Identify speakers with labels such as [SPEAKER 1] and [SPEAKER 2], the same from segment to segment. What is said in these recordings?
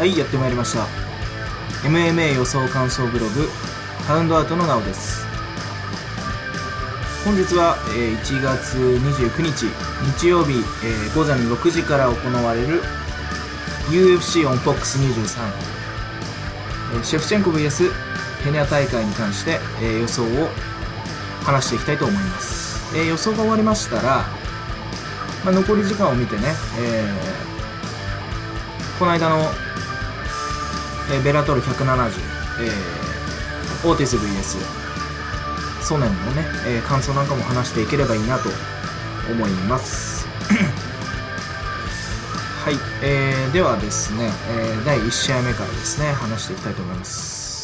[SPEAKER 1] はい、やってまいりました。 MMA 予想感想ブログパウンドアウトのなおです。本日は1月29日日曜日午前6時から行われる UFC on FOX23 シェフチェンコ vs ペニャ大会に関して予想を話していきたいと思います。予想が終わりましたら、残り時間を見てね、この間のベラトル170、オーティス vs ソネンのね、感想なんかも話していければいいなと思いますはい、ではですね、第1試合目からですね話していきたいと思います。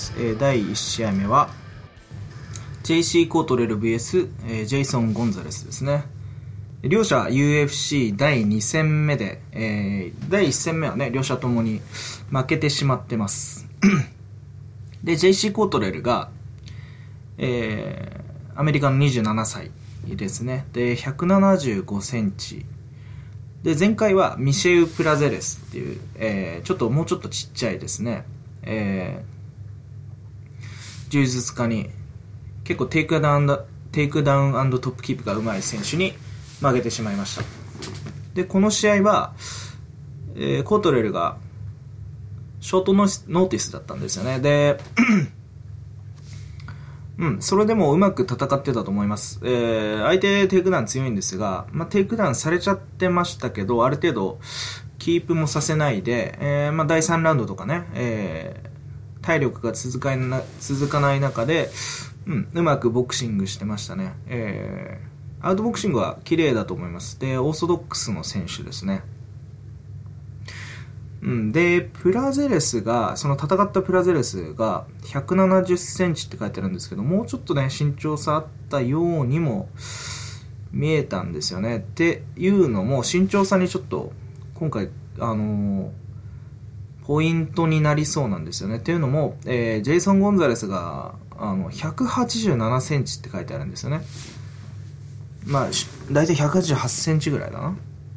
[SPEAKER 1] 第1試合目は JC コートレル vs、ジェイソン・ゴンザレスですね。両者 UFC 第2戦目で、第1戦目はね両者ともに負けてしまってますで JC コートレルが、アメリカの27歳ですね。で175センチで、前回はミシェウ・プラゼレスっていう、もうちょっとちっちゃいですね、柔術家に結構テイクダウン&トップキープがうまい選手に負けてしまいました。でこの試合は、コートレルがショートノーティスだったんですよね。でそれでもうまく戦ってたと思います。相手テイクダウン強いんですが、テイクダウンされちゃってましたけど、ある程度キープもさせないで、第3ラウンドとかね、体力が続かない中で、うまくボクシングしてましたね。アウトボクシングは綺麗だと思います。でオーソドックスの選手ですね。でプラゼレスが、その戦ったプラゼレスが170センチって書いてあるんですけど、もうちょっとね身長差あったようにも見えたんですよね。っていうのも身長差にちょっと今回ポイントになりそうなんですよね。っていうのも、ジェイソン・ゴンザレスが187センチって書いてあるんですよね。だいたい188センチぐらいだな。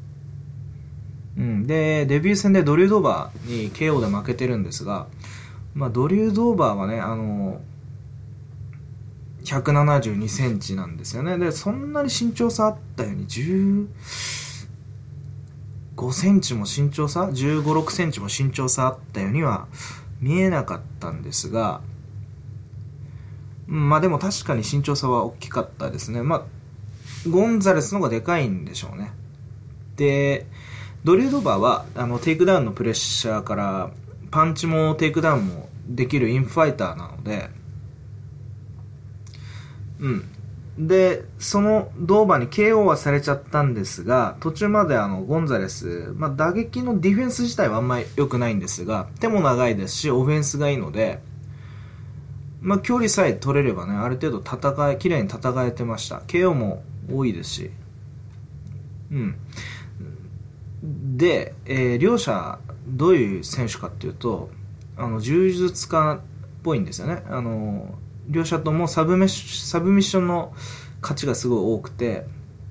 [SPEAKER 1] でデビュー戦でドリュー・ドーバーに KO で負けてるんですが、ドリュー・ドーバーはね172センチなんですよね。でそんなに身長差あったように15センチも身長差15、6センチも身長差あったようには見えなかったんですが、でも確かに身長差は大きかったですね。ゴンザレスの方がでかいんでしょうね。でドリュー・ドーバーはテイクダウンのプレッシャーからパンチもテイクダウンもできるインファイターなので、でそのドーバーに KO はされちゃったんですが、途中までゴンザレス、打撃のディフェンス自体はあんまり良くないんですが、手も長いですしオフェンスがいいので、距離さえ取れればねある程度綺麗に戦えてました。 KO も多いですし、で、両者どういう選手かっていうと柔術家っぽいんですよね。両者ともサブミッションの勝ちがすごい多くて、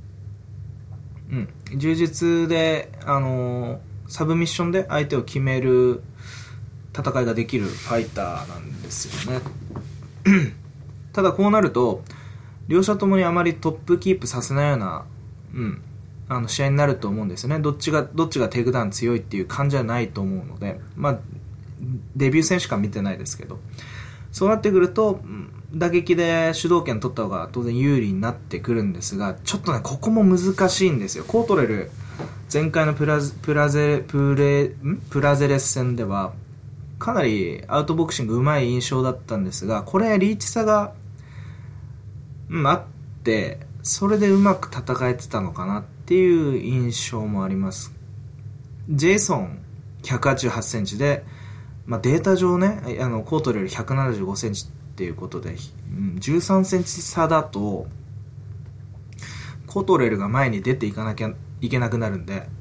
[SPEAKER 1] 柔術でサブミッションで相手を決める戦いができるファイターなんですよねただこうなると両者ともにあまりトップキープさせないような、試合になると思うんですよね。どっちがテイクダウン強いっていう感じはないと思うので、デビュー戦しか見てないですけど、そうなってくると打撃で主導権取った方が当然有利になってくるんですが、ちょっとねここも難しいんですよ。コートレル前回のプラゼレス戦ではかなりアウトボクシングうまい印象だったんですが、これリーチ差が、あってそれでうまく戦えてたのかなっていう印象もあります。ジェイソン188センチで、データ上ねコートレル175センチっていうことで、13センチ差だとコートレルが前に出ていかなきゃいけなくなるんで、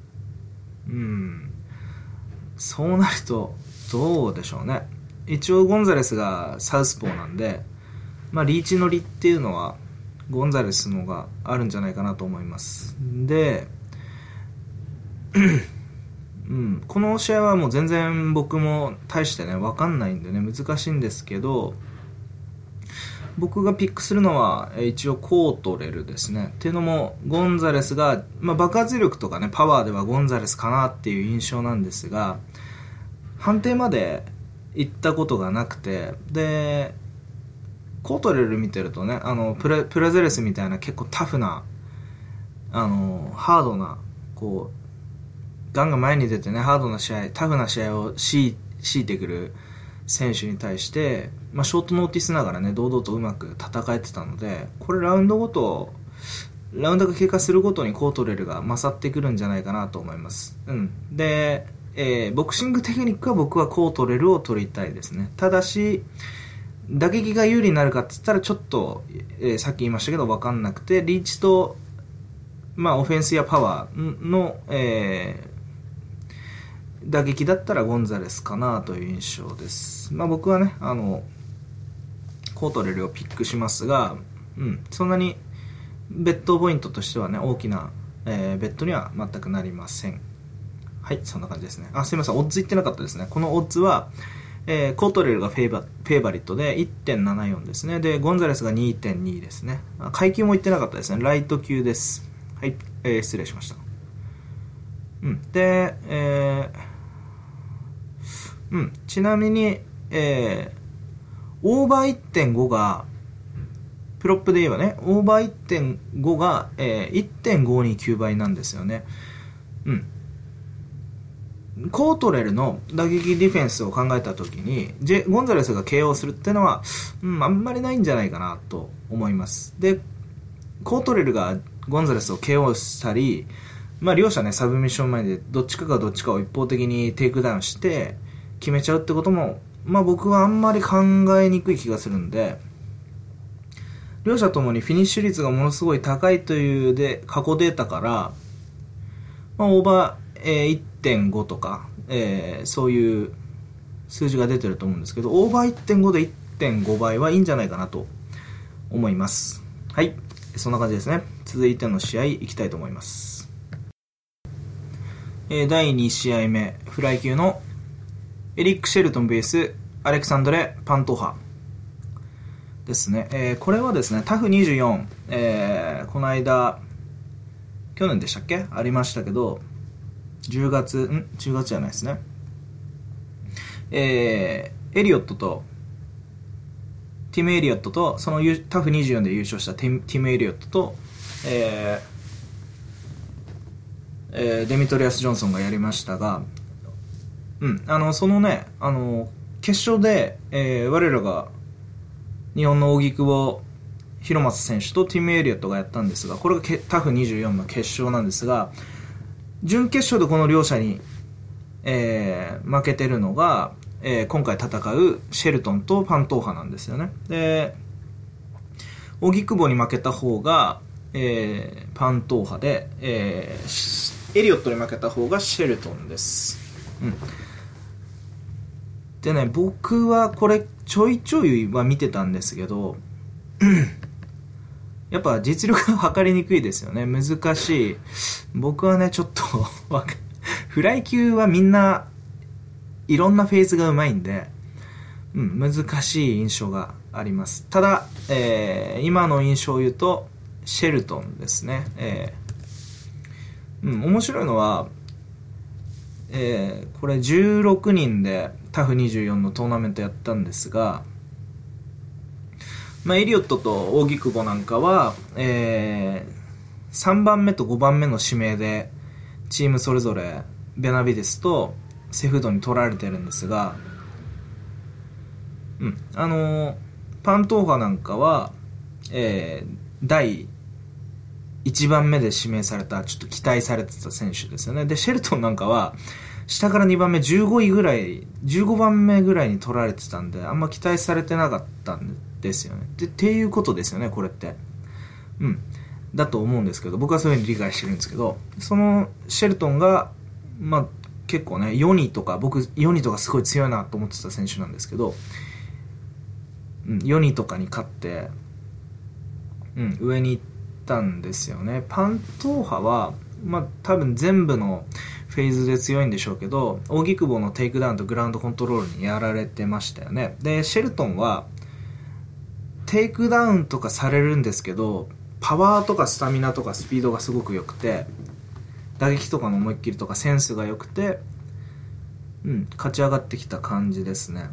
[SPEAKER 1] そうなるとどうでしょうね。一応ゴンザレスがサウスポーなんで、リーチの利っていうのはゴンザレスのがあるんじゃないかなと思います。でこの試合はもう全然僕も大してね分かんないんでね難しいんですけど、僕がピックするのは一応コートレルですね。っていうのもゴンザレスが、爆発力とかねパワーではゴンザレスかなっていう印象なんですが、判定まで行ったことがなくて、でコートレル見てるとねプラゼレスみたいな結構タフなハードなこうガンガン前に出てねハードな試合タフな試合を強いてくる選手に対して、ショートノーティスながらね堂々とうまく戦えてたので、これラウンドが経過するごとにコートレルが勝ってくるんじゃないかなと思います。で、ボクシングテクニックは僕はコートレルを取りたいですね。ただし打撃が有利になるかって言ったらちょっと、さっき言いましたけど分かんなくて、リーチとオフェンスやパワーの、打撃だったらゴンザレスかなという印象です。僕はねコートレルをピックしますが、そんなにベットポイントとしてはね大きな、ベットには全くなりません。はい、そんな感じですね。すいません、オッズ言ってなかったですね。このオッズは、コートレルがフェイバリットで 1.74 ですね。でゴンザレスが 2.2 ですね。階級も言ってなかったですね。ライト級です。はい、失礼しました。で、ちなみに、オーバー 1.5 がプロップで言えばねオーバー 1.5 が、1.529 倍なんですよね。コートレルの打撃ディフェンスを考えた時にゴンザレスが KO するっていうのは、あんまりないんじゃないかなと思います。でコートレルがゴンザレスを KO したり、両者ねサブミッション前でどっちかがどっちかを一方的にテイクダウンして決めちゃうってことも、僕はあんまり考えにくい気がするんで、両者ともにフィニッシュ率がものすごい高いという過去データから、オーバー、1.5 とか、そういう数字が出てると思うんですけど、オーバー 1.5 で 1.5 倍はいいんじゃないかなと思います。はい、そんな感じですね。続いての試合いきたいと思います。第2試合目、フライ級のエリック・シェルトン vs アレクサンドレ・パントーハですね。これはですねタフ24、この間去年でしたっけありましたけど、10月じゃないですね。エリオットとティム・エリオットとそのタフ24で優勝したティム・エリオットと、デミトリアス・ジョンソンがやりましたが、そのね決勝で、我らが日本の荻久保博正選手とティム・エリオットがやったんですが、これがタフ24の決勝なんですが、準決勝でこの両者に、負けてるのが、今回戦うシェルトンとパントーハなんですよね。で荻久保に負けた方が、パントーハで、エリオットに負けた方がシェルトンです。でね、僕はこれちょいちょいは見てたんですけどやっぱ実力が測りにくいですよね。難しい。僕はねちょっとフライ級はみんないろんなフェーズがうまいんで、難しい印象があります。ただ、今の印象を言うとシェルトンですね。面白いのは、これ16人でタフ24のトーナメントやったんですが、エリオットと荻久保なんかは、3番目と5番目の指名でチームそれぞれベナビデスとセフドに取られてるんですが、パントーハなんかは、第1番目で指名されたちょっと期待されてた選手ですよね。でシェルトンなんかは下から2番目15番目ぐらいに取られてたんで、あんま期待されてなかったんですよね。っていうことですよねこれって。だと思うんですけど、僕はそういうふうに理解してるんですけど、そのシェルトンが結構ねヨニとかすごい強いなと思ってた選手なんですけど、ヨニとかに勝って、上に行ったんですよね。パントーハは多分全部のフフェーズで強いんでしょうけど、荻窪のテイクダウンとグラウンドコントロールにやられてましたよね。でシェルトンはテイクダウンとかされるんですけど、パワーとかスタミナとかスピードがすごく良くて、打撃とかの思いっきりとかセンスが良くて、勝ち上がってきた感じですね。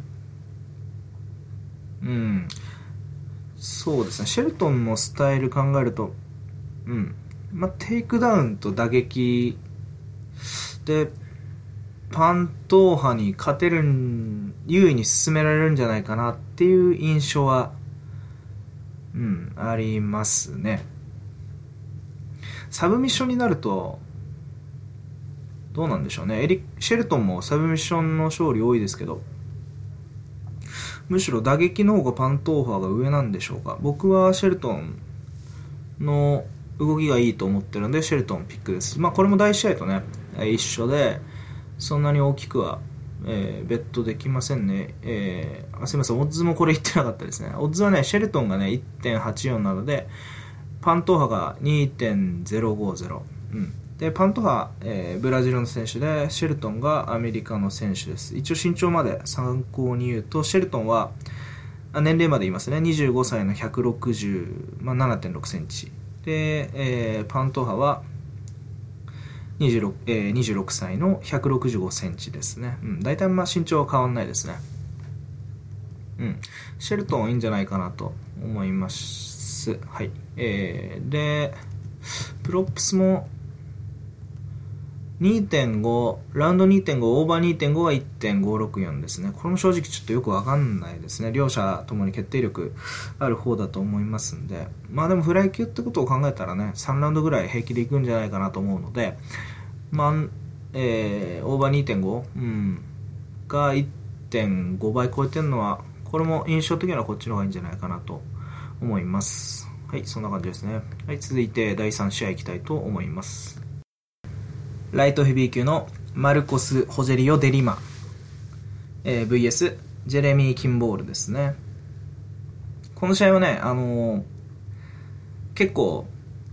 [SPEAKER 1] そうですね。シェルトンのスタイル考えると、テイクダウンと打撃でパントーハに勝てる、優位に進められるんじゃないかなっていう印象はありますね。サブミッションになるとどうなんでしょうね。シェルトンもサブミッションの勝利多いですけど、むしろ打撃の方がパントーハが上なんでしょうか。僕はシェルトンの動きがいいと思ってるんでシェルトンピックです。これも第1試合とね一緒で、そんなに大きくはベットできませんね。すいません、オッズもこれ言ってなかったですね。オッズはね、シェルトンがね 1.84 なので、パントーハが 2.050、でパントーハ、ブラジルの選手で、シェルトンがアメリカの選手です。一応身長まで参考に言うと、シェルトンは年齢まで言いますね。25歳の160、7.6 センチで、パントーハは26歳の165センチですね。大体身長は変わんないですね。シェルトンいいんじゃないかなと思います。はい。でプロップスも 2.5 ラウンド 2.5 オーバー 2.5 は 1.564 ですね。これも正直ちょっとよくわかんないですね。両者ともに決定力ある方だと思いますんで、でもフライ級ってことを考えたらね、3ラウンドぐらい平気でいくんじゃないかなと思うので、オーバー 2.5、が 1.5 倍超えてるのは、これも印象的にはこっちの方がいいんじゃないかなと思います。はい、そんな感じですね。はい、続いて第3試合いきたいと思います。ライトヘビー級のマルコス・ホジェリオ・デリマ、vs ジェレミー・キンボールですね。この試合はね、結構、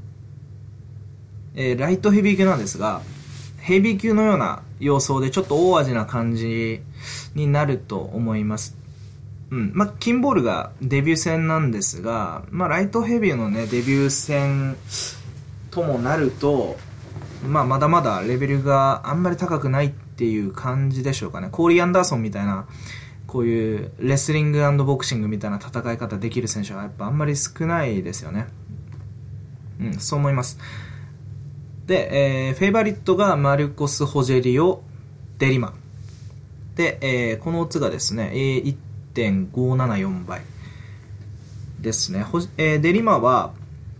[SPEAKER 1] ライトヘビー級なんですが、ヘビー級のような様相でちょっと大味な感じになると思います。キンボールがデビュー戦なんですが、ライトヘビーのねデビュー戦ともなると、まだまだレベルがあんまり高くないっていう感じでしょうかね。コーリー・アンダーソンみたいな、こういうレスリング&ボクシングみたいな戦い方できる選手はやっぱあんまり少ないですよね。そう思います。で、フェイバリットがマルコス・ホジェリオ・デリマで、このオッズがですね、1.574 倍ですね。デリマは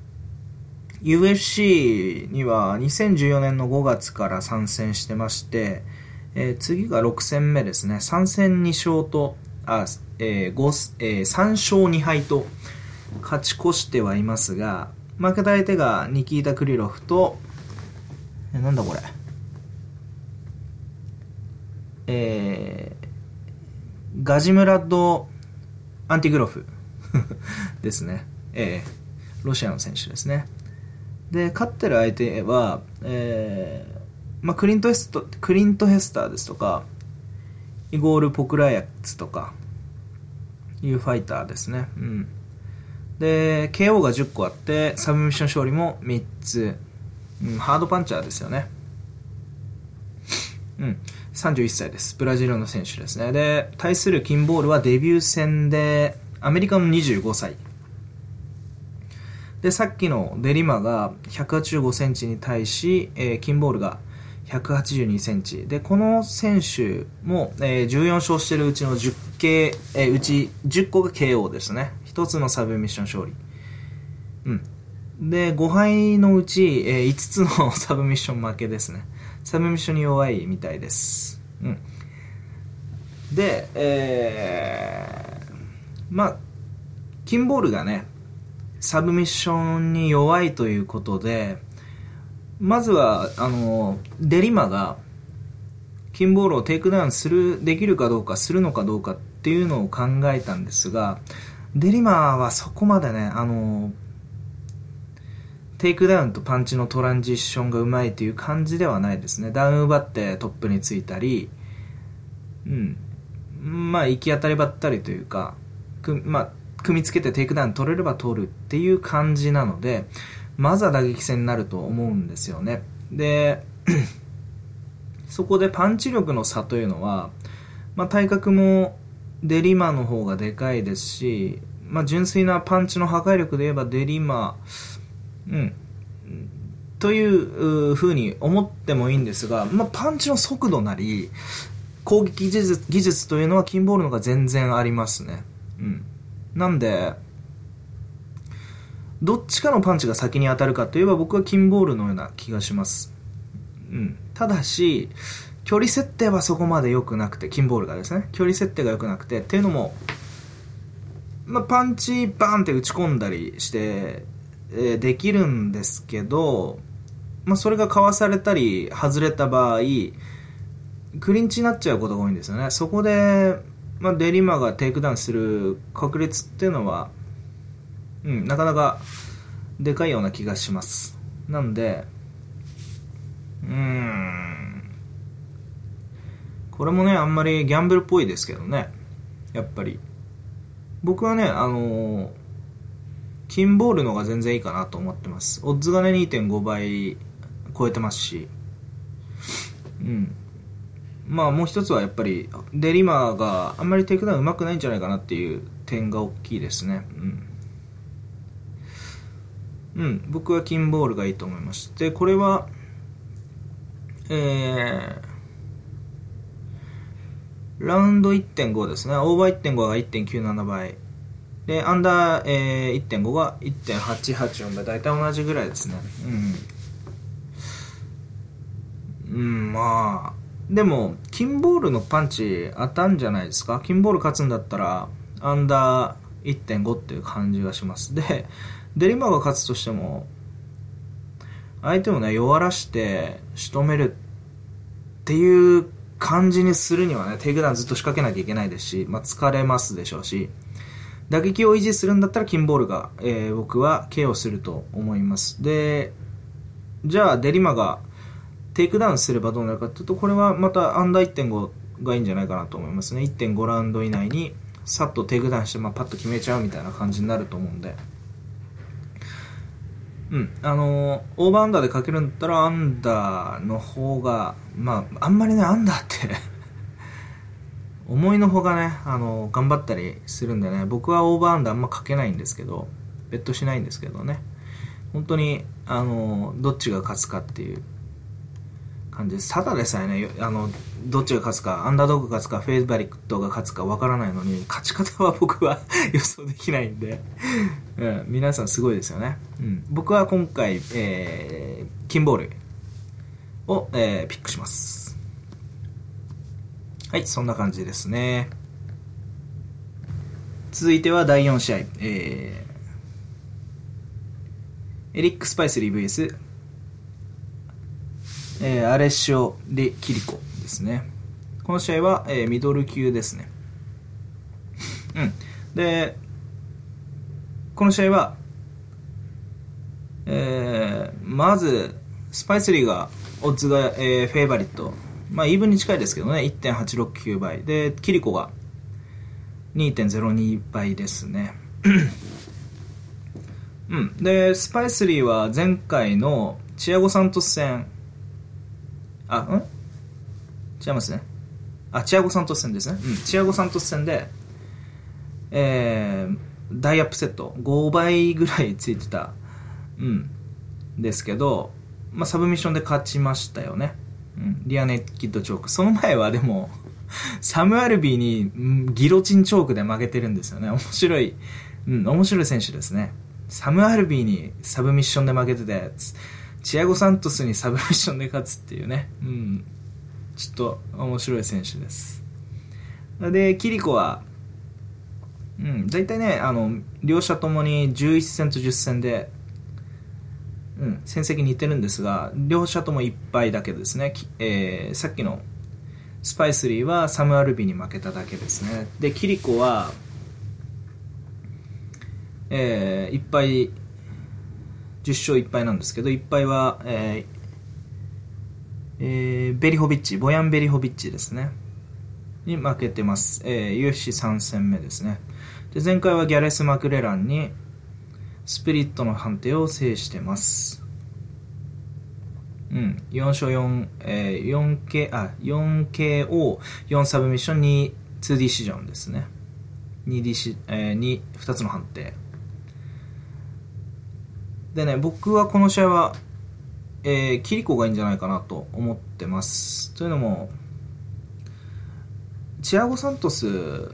[SPEAKER 1] UFC には2014年の5月から参戦してまして、次が6戦目ですね。3戦2勝と3勝2敗と勝ち越してはいますが、負けた相手がニキータ・クリロフとなんだこれ、ガジムラッド・アンティグロフですね。ロシアの選手ですね。で勝ってる相手は、クリント・ヘスターですとかイゴール・ポクラヤツとかいうファイターですね。で KO が10個あってサブミッション勝利も3つ、ハードパンチャーですよね。31歳です。ブラジルの選手ですね。で対するキンボールはデビュー戦でアメリカの25歳で、さっきのデリマが185センチに対し、キンボールが182センチで、この選手も、14勝してるうちのうち10個が KO ですね。1つのサブミッション勝利。で5敗のうち、5つのサブミッション負けですね。サブミッションに弱いみたいです。で、キンボールがねサブミッションに弱いということで、まずはデリマがキンボールをテイクダウンできるかどうか、するのかどうかっていうのを考えたんですが、デリマはそこまでねテイクダウンとパンチのトランジッションがうまいという感じではないですね。ダウン奪ってトップについたり、まあ行き当たりばったりというか、組みつけてテイクダウン取れれば取るっていう感じなので、まずは打撃戦になると思うんですよね。でそこでパンチ力の差というのは、体格もデリマの方がでかいですし、純粋なパンチの破壊力で言えばデリマ、という風に思ってもいいんですが、パンチの速度なり攻撃技術というのはキンボールの方が全然ありますね。なんでどっちかのパンチが先に当たるかといえば僕はキンボールのような気がします。ただし距離設定はそこまで良くなくて、キンボールがですね、距離設定が良くなくてっていうのも、パンチバーンって打ち込んだりして、できるんですけど、それがかわされたり外れた場合クリンチになっちゃうことが多いんですよね。そこで、デリマがテイクダウンする確率っていうのは、なかなかでかいような気がします。なんでこれもね、あんまりギャンブルっぽいですけどね、やっぱり僕はね、キンボールの方が全然いいかなと思ってます。オッズがね 2.5 倍超えてますし、もう一つはやっぱりデリマがあんまりテイクダウンうまくないんじゃないかなっていう点が大きいですね。僕はキンボールがいいと思います。でこれはラウンド 1.5 ですね。オーバー 1.5 が 1.97 倍で、アンダー、1.5 が 1.884 倍、大体同じぐらいですね。でもキンボールのパンチ当たんじゃないですか。キンボール勝つんだったらアンダー 1.5 っていう感じがします。でデリマが勝つとしても相手をね弱らして仕留めるっていう感じにするにはね、テイクダウンずっと仕掛けなきゃいけないですし、疲れますでしょうし、打撃を維持するんだったらキンボールが、僕は KO すると思います。でじゃあデリマがテイクダウンすればどうなるかというと、これはまたアンダー 1.5 がいいんじゃないかなと思いますね。 1.5 ラウンド以内にさっとテイクダウンして、パッと決めちゃうみたいな感じになると思うんで、オーバーアンダーでかけるんだったらアンダーの方が、あんまりねアンダーって思いのほかね、頑張ったりするんでね、僕はオーバーアンダーあんまかけないんですけど、ベットしないんですけどね、本当にどっちが勝つかっていう感じです。ただでさえね、どっちが勝つか、アンダードッグが勝つか、フェイバリットが勝つかわからないのに、勝ち方は僕は予想できないんで、皆さんすごいですよね。僕は今回、キンボールを、ピックします。はい、そんな感じですね。続いては第4試合、エリック・スパイスリー VSアレッシオ・レ・キリコですね。この試合は、ミドル級ですね。でこの試合は、まずスパイスリーがオッズが、フェイバリット、イーブンに近いですけどね、 1.869 倍で、キリコが 2.02 倍ですね。でスパイスリーは前回のチアゴ・サントス戦、違いますね。チアゴ・サントス戦ですね。チアゴ・サントス戦で、ダイアップセット5倍ぐらいついてたですけど、サブミッションで勝ちましたよね。リアネッキッドチョーク。その前はでもサム・アルビーにギロチンチョークで負けてるんですよね。面白い選手ですね。サム・アルビーにサブミッションで負けてて、チアゴ・サントスにサブミッションで勝つっていうね、ちょっと面白い選手です。でキリコは大体ね、両者ともに11戦と10戦で、戦績似てるんですが、両者とも1敗だけですね。さっきのスパイスリーはサム・アルビーに負けただけですね。でキリコは、1敗 10勝1敗なんですけど、1敗は、ベリホビッチ、ボヤン・ベリホビッチですねに負けてます。UFC3 戦目ですね。で、前回はギャレス・マクレランにスプリットの判定を制してます。4勝4KO、4サブミッションに 2 ディシジョンですね。2つの判定でね、僕はこの試合は、キリコがいいんじゃないかなと思ってます。というのも、チアゴ・サントス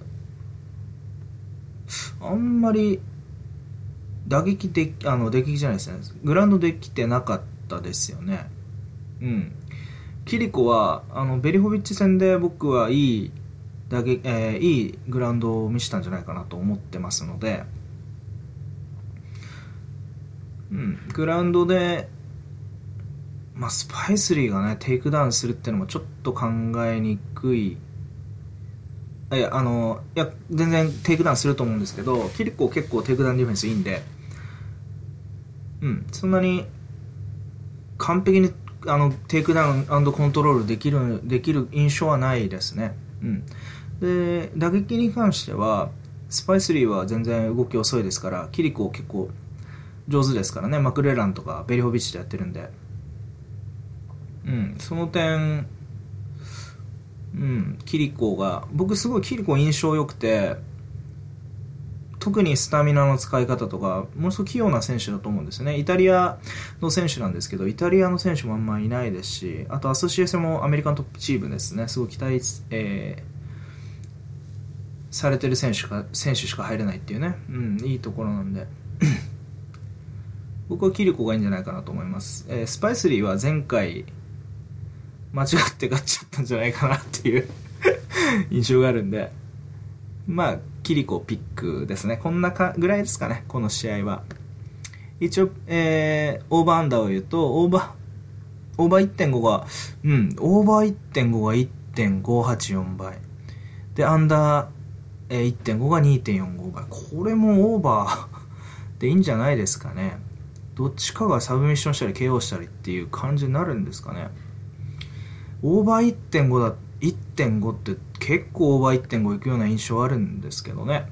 [SPEAKER 1] あんまり打撃でじゃないですね、グラウンドできてなかったですよね。キリコはベリホビッチ戦で僕はいいいいグラウンドを見せたんじゃないかなと思ってますので、グラウンドで、スパイスリーがねテイクダウンするっていうのもちょっと考えにくい。全然テイクダウンすると思うんですけど、キリコ結構テイクダウンディフェンスいいんで、そんなに完璧にテイクダウン&コントロールできる印象はないですね。で、打撃に関してはスパイスリーは全然動き遅いですから、キリコ結構上手ですからね。マクレランとかベリホビッチでやってるんで、その点、キリコが、僕すごいキリコ印象良くて、特にスタミナの使い方とかものすごく器用な選手だと思うんですよね。イタリアの選手なんですけど、イタリアの選手もあんまりいないですし、あとアソシエーションもアメリカントップチームですね。すごい期待、されてる選手しか入れないっていうね、いいところなんで僕はキリコがいいんじゃないかなと思います。スパイスリーは前回間違って勝っちゃったんじゃないかなっていう印象があるんで、キリコピックですね。こんなぐらいですかね、この試合は。一応、オーバーアンダーを言うと、オーバー 1.5 が、オーバー 1.5 が 1.584 倍。で、アンダー 1.5 が 2.45 倍。これもオーバーでいいんじゃないですかね。どっちかがサブミッションしたり KO したりっていう感じになるんですかね。オーバー 1.5 って結構オーバー 1.5 いくような印象あるんですけどね。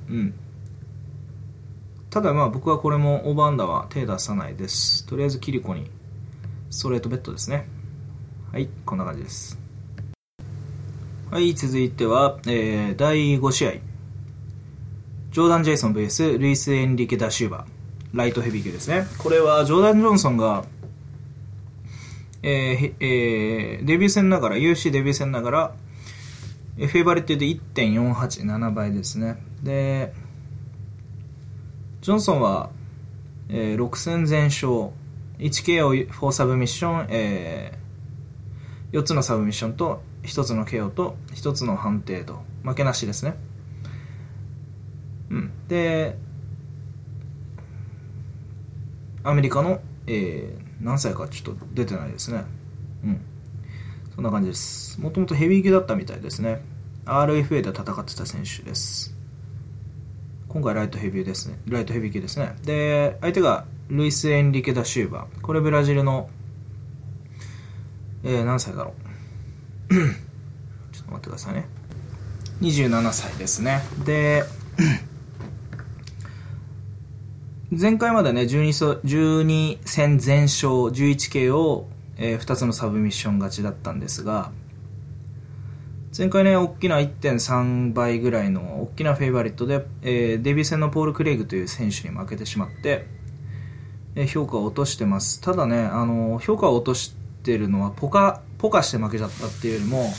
[SPEAKER 1] ただ僕はこれもオーバーアンダーは手出さないです。とりあえずキリコにストレートベットですね。はい、こんな感じです。はい、続いては、第5試合、ジョーダン・ジェイソン vs ルイス・エンリケ・ダシューバ、ライトヘビー級ですね。これはジョーダン・ジョンソンがデビュー戦ながら UFC デビュー戦ながらフェイバリットで 1.487 倍ですね。で、ジョンソンは、6戦全勝、1KO、4サブミッション、4つのサブミッションと1つの KO と1つの判定と負けなしですね。で、アメリカの、何歳かちょっと出てないですね。そんな感じです。もともとヘビー級だったみたいですね。RFA で戦ってた選手です。今回ライトヘビーですね。ライトヘビー級ですね。で、相手がルイス・エンリケ・ダシューバ。これブラジルの、何歳だろうちょっと待ってくださいね。27歳ですね。で前回までね 12戦全勝 11KO、2つのサブミッション勝ちだったんですが、前回ね大きな 1.3 倍ぐらいの大きなフェイバリットで、デビュー戦のポール・クレイグという選手に負けてしまって、評価を落としてます。ただね、評価を落としてるのはポカして負けちゃったっていうよりも、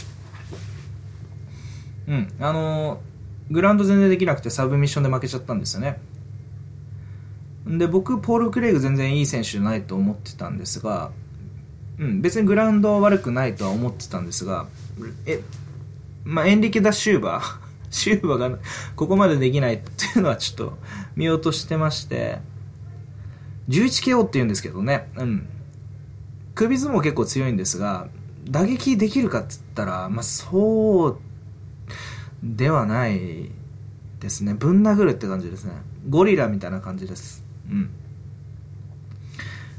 [SPEAKER 1] グラウンド全然できなくてサブミッションで負けちゃったんですよね。で、僕ポール・クレイグ全然いい選手じゃないと思ってたんですが、別にグラウンド悪くないとは思ってたんですが、エンリケ・ダ・シューバがここまでできないっていうのはちょっと見落としてまして、11KO って言うんですけどね、首相撲結構強いんですが、打撃できるかって言ったら、そうではないですね。ぶん殴るって感じですね。ゴリラみたいな感じです。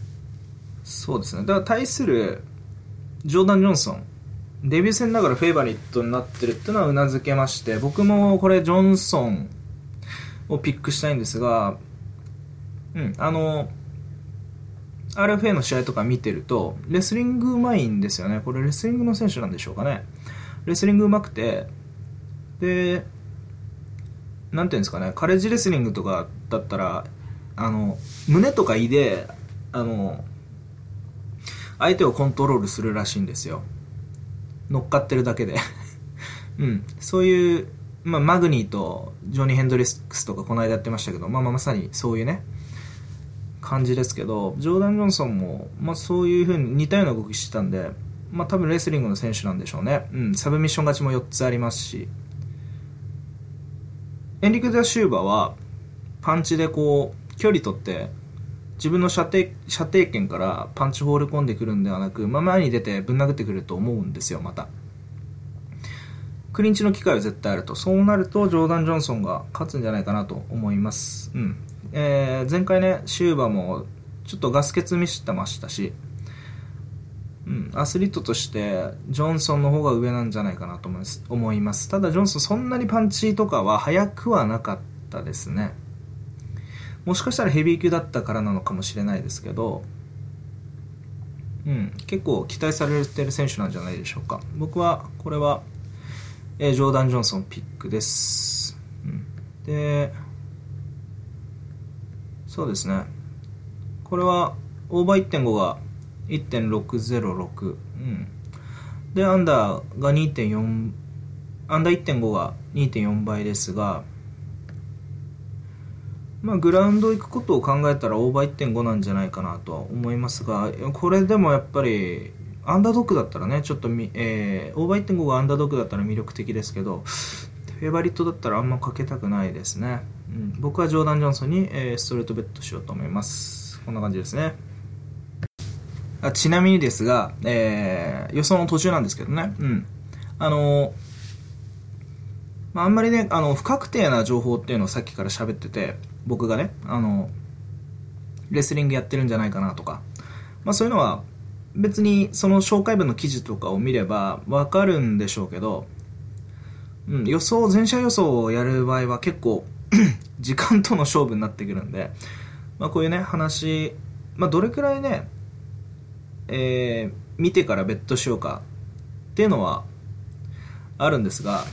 [SPEAKER 1] そうですね。だから対するジョーダン・ジョンソン、デビュー戦ながらフェイバリットになってるっていうのはうなずけまして、僕もこれジョンソンをピックしたいんですが、RFA の試合とか見てるとレスリングうまいんですよね。これレスリングの選手なんでしょうかね。レスリングうまくて、でなんていうんですかね、カレッジレスリングとかだったら胸とか胃で相手をコントロールするらしいんですよ、乗っかってるだけでそういう、マグニーとジョニー・ヘンドリックスとかこの間やってましたけど、まさにそういうね感じですけど、ジョーダン・ジョンソンも、そういう風に似たような動きしてたんで、多分レスリングの選手なんでしょうね。サブミッション勝ちも4つありますし、エンリク・ダ・シューバはパンチでこう距離取って自分の射程圏からパンチ放り込んでくるんではなく、前に出てぶん殴ってくると思うんですよ。またクリンチの機会は絶対あると。そうなるとジョーダン・ジョンソンが勝つんじゃないかなと思います。前回ねシューバもちょっとガス欠見せてましたし、アスリートとしてジョンソンの方が上なんじゃないかなと思います。ただジョンソンそんなにパンチとかは速くはなかったですね。もしかしたらヘビー級だったからなのかもしれないですけど、結構期待されてる選手なんじゃないでしょうか。僕はこれは、ジョーダン・ジョンソンピックです。でそうですね、これはオーバー 1.5 が 1.606、でアンダーが 2.4 アンダー 1.5 が 2.4 倍ですが、グラウンド行くことを考えたらオーバー 1.5 なんじゃないかなとは思いますが、これでもやっぱりアンダードッグだったらね、ちょっとオーバー 1.5 がアンダードッグだったら魅力的ですけど、フェイバリットだったらあんまかけたくないですね。僕はジョーダン・ジョンソンに、ストレートベットしようと思います。こんな感じですね。ちなみにですが、予想の途中なんですけどね、あんまりね不確定な情報っていうのをさっきから喋ってて、僕がねレスリングやってるんじゃないかなとか、そういうのは別にその紹介文の記事とかを見れば分かるんでしょうけど、全社予想をやる場合は結構時間との勝負になってくるんで、こういうね話、どれくらいね、見てからベットしようかっていうのはあるんですが、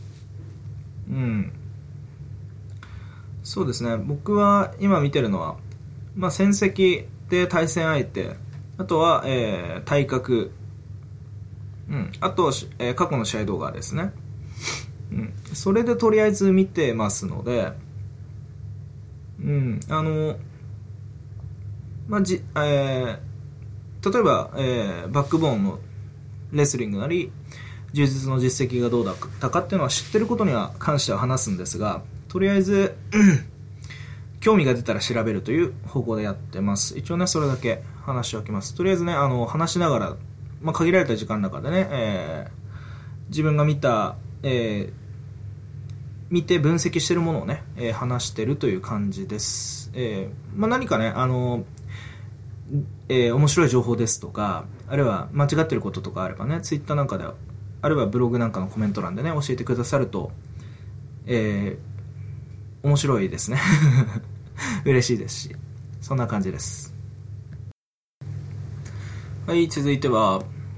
[SPEAKER 1] そうですね、僕は今見てるのは、戦績で対戦相手、あとは、体格、あとは、過去の試合動画ですね。それでとりあえず見てますので、例えば、バックボーンのレスリングなり柔術の実績がどうだったかっていうのは知ってることには関しては話すんですが、とりあえず興味が出たら調べるという方向でやってます。一応ねそれだけ話しておきます。とりあえずね話しながら、限られた時間の中でね、自分が見た、見て分析してるものをね、話してるという感じです。何かね面白い情報ですとか、あるいは間違ってることとかあればね、ツイッターなんかで、あるいはブログなんかのコメント欄でね教えてくださると、面白いですね嬉しいですし、そんな感じです。はい、続いては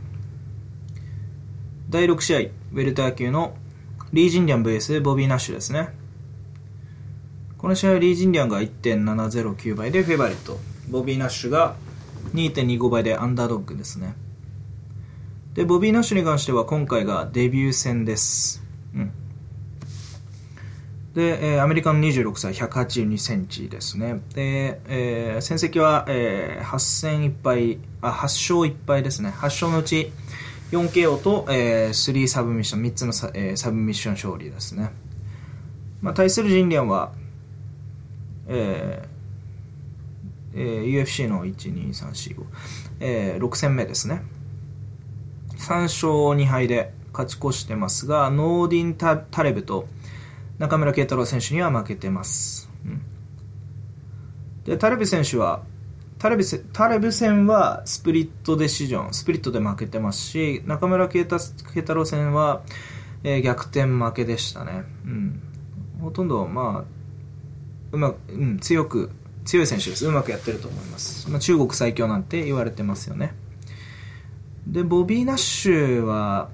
[SPEAKER 1] 第6試合ウェルター級のリー・ジンリャン vs ボビー・ナッシュですね。この試合はリー・ジンリャンが 1.709 倍でフェイバリット、ボビー・ナッシュが 2.25 倍でアンダードッグですね。でボビー・ナッシュに関しては今回がデビュー戦です。で、アメリカの26歳182センチですね。で、戦績は、8勝1敗ですね。8勝のうち 4KO と、3サブミッション、3つのサブミッション勝利ですね。対するジンリャンは、UFC の6戦目ですね。3勝2敗で勝ち越してますが、ノーディン・タレブと中村慶太郎選手には負けてます。でタレブ選手はタレブ戦はスプリットデシジョン、スプリットで負けてますし、中村慶太郎戦は、逆転負けでしたね。ほとんど強い選手です。うまくやってると思います。中国最強なんて言われてますよね。でボビー・ナッシュは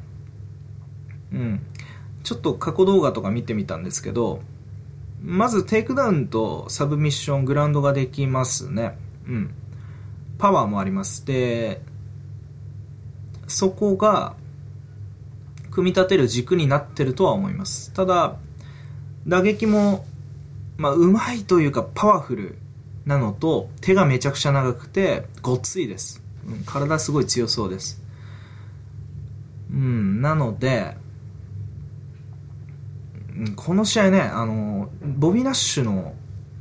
[SPEAKER 1] ちょっと過去動画とか見てみたんですけど、まずテイクダウンとサブミッション、グラウンドができますね。パワーもあります。でそこが組み立てる軸になってるとは思います。ただ打撃もうまいというかパワフルなのと、手がめちゃくちゃ長くてごっついです。体すごい強そうです。なのでこの試合ね、ボビー・ナッシュの、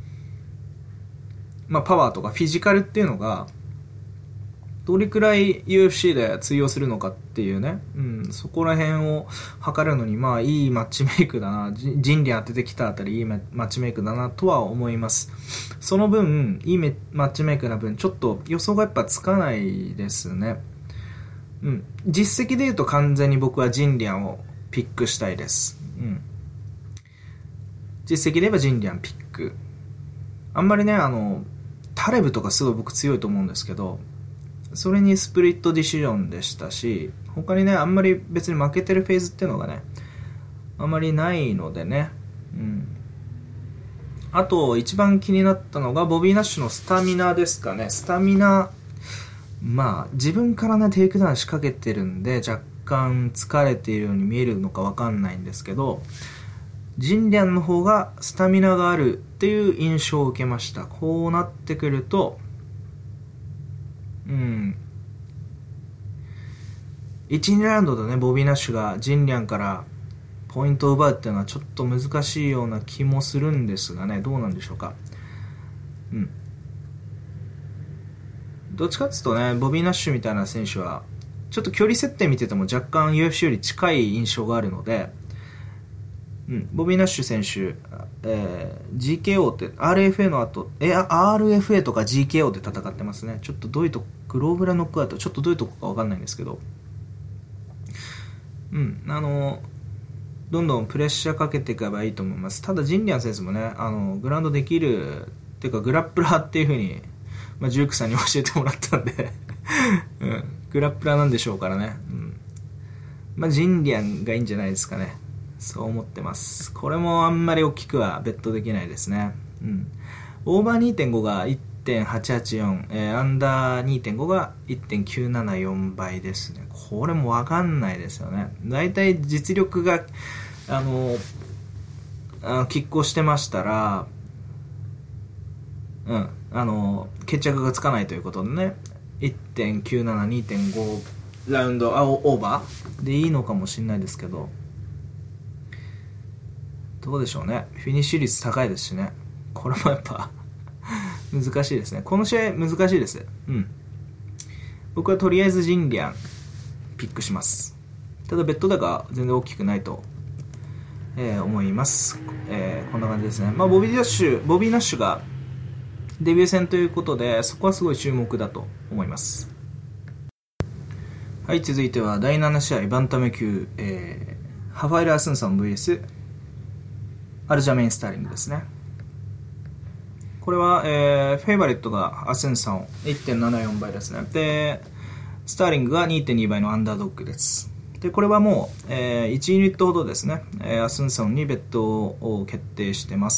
[SPEAKER 1] パワーとかフィジカルっていうのがどれくらい UFC で通用するのかっていうね、そこら辺を測るのにいいマッチメイクだな、ジンリアン当ててきたあたりいいマッチメイクだなとは思います。その分いいマッチメイクな分ちょっと予想がやっぱつかないですね。実績で言うと完全に僕はジンリアンをピックしたいです。実績で言えばジンリアンピック。あんまりねタレブとかすごい僕強いと思うんですけど、それにスプリットディシジョンでしたし、他にねあんまり別に負けてるフェーズっていうのがねあんまりないのでね。あと一番気になったのがボビー・ナッシュのスタミナですかね。スタミナ自分からねテイクダウン仕掛けてるんで若干疲れているように見えるのか分かんないんですけど、ジンリャンの方がスタミナがあるっていう印象を受けました。こうなってくると1,2 ラウンドでねボビー・ナッシュがジンリャンからポイントを奪うっていうのはちょっと難しいような気もするんですがね、どうなんでしょうか。どっちかっていうとねボビー・ナッシュみたいな選手はちょっと距離設定見てても若干 UFC より近い印象があるので、ボビー・ナッシュ選手、GKO って RFA の後RFA とか GKO で戦ってますね。ちょっとどういうとこ、グローブラノックアウトちょっとどういうとこか分かんないんですけど、どんどんプレッシャーかけていけばいいと思います。ただジンリアン選手もねグラウンドできるっていうかグラップラーっていう風にジュークさんに教えてもらったんでグラップラーなんでしょうからね。ジンリアンがいいんじゃないですかね。そう思ってます。これもあんまり大きくはベットできないですね。オーバー 2.5 が 1.884、アンダー 2.5 が 1.974 倍ですね。これも分かんないですよね。だいたい実力が拮抗してましたら決着がつかないということでね、 1.97、2.5 ラウンドオーバーでいいのかもしれないですけど、どうでしょうね。フィニッシュ率高いですしね。これもやっぱ難しいですね。この試合難しいです。僕はとりあえずジンリアンピックします。ただベッド高全然大きくないと、思います。こんな感じですね。ボビー・ナッシュがデビュー戦ということでそこはすごい注目だと思います。はい、続いては第7試合バンタム級、ハファイル・アスンソン VS アルジャメイン・スターリングですね。これは、フェイバリットがアスンソン 1.74 倍ですね。でスターリングが 2.2 倍のアンダードッグです。でこれはもう、1ユニットほどですね、アスンソンにベットを決定してます。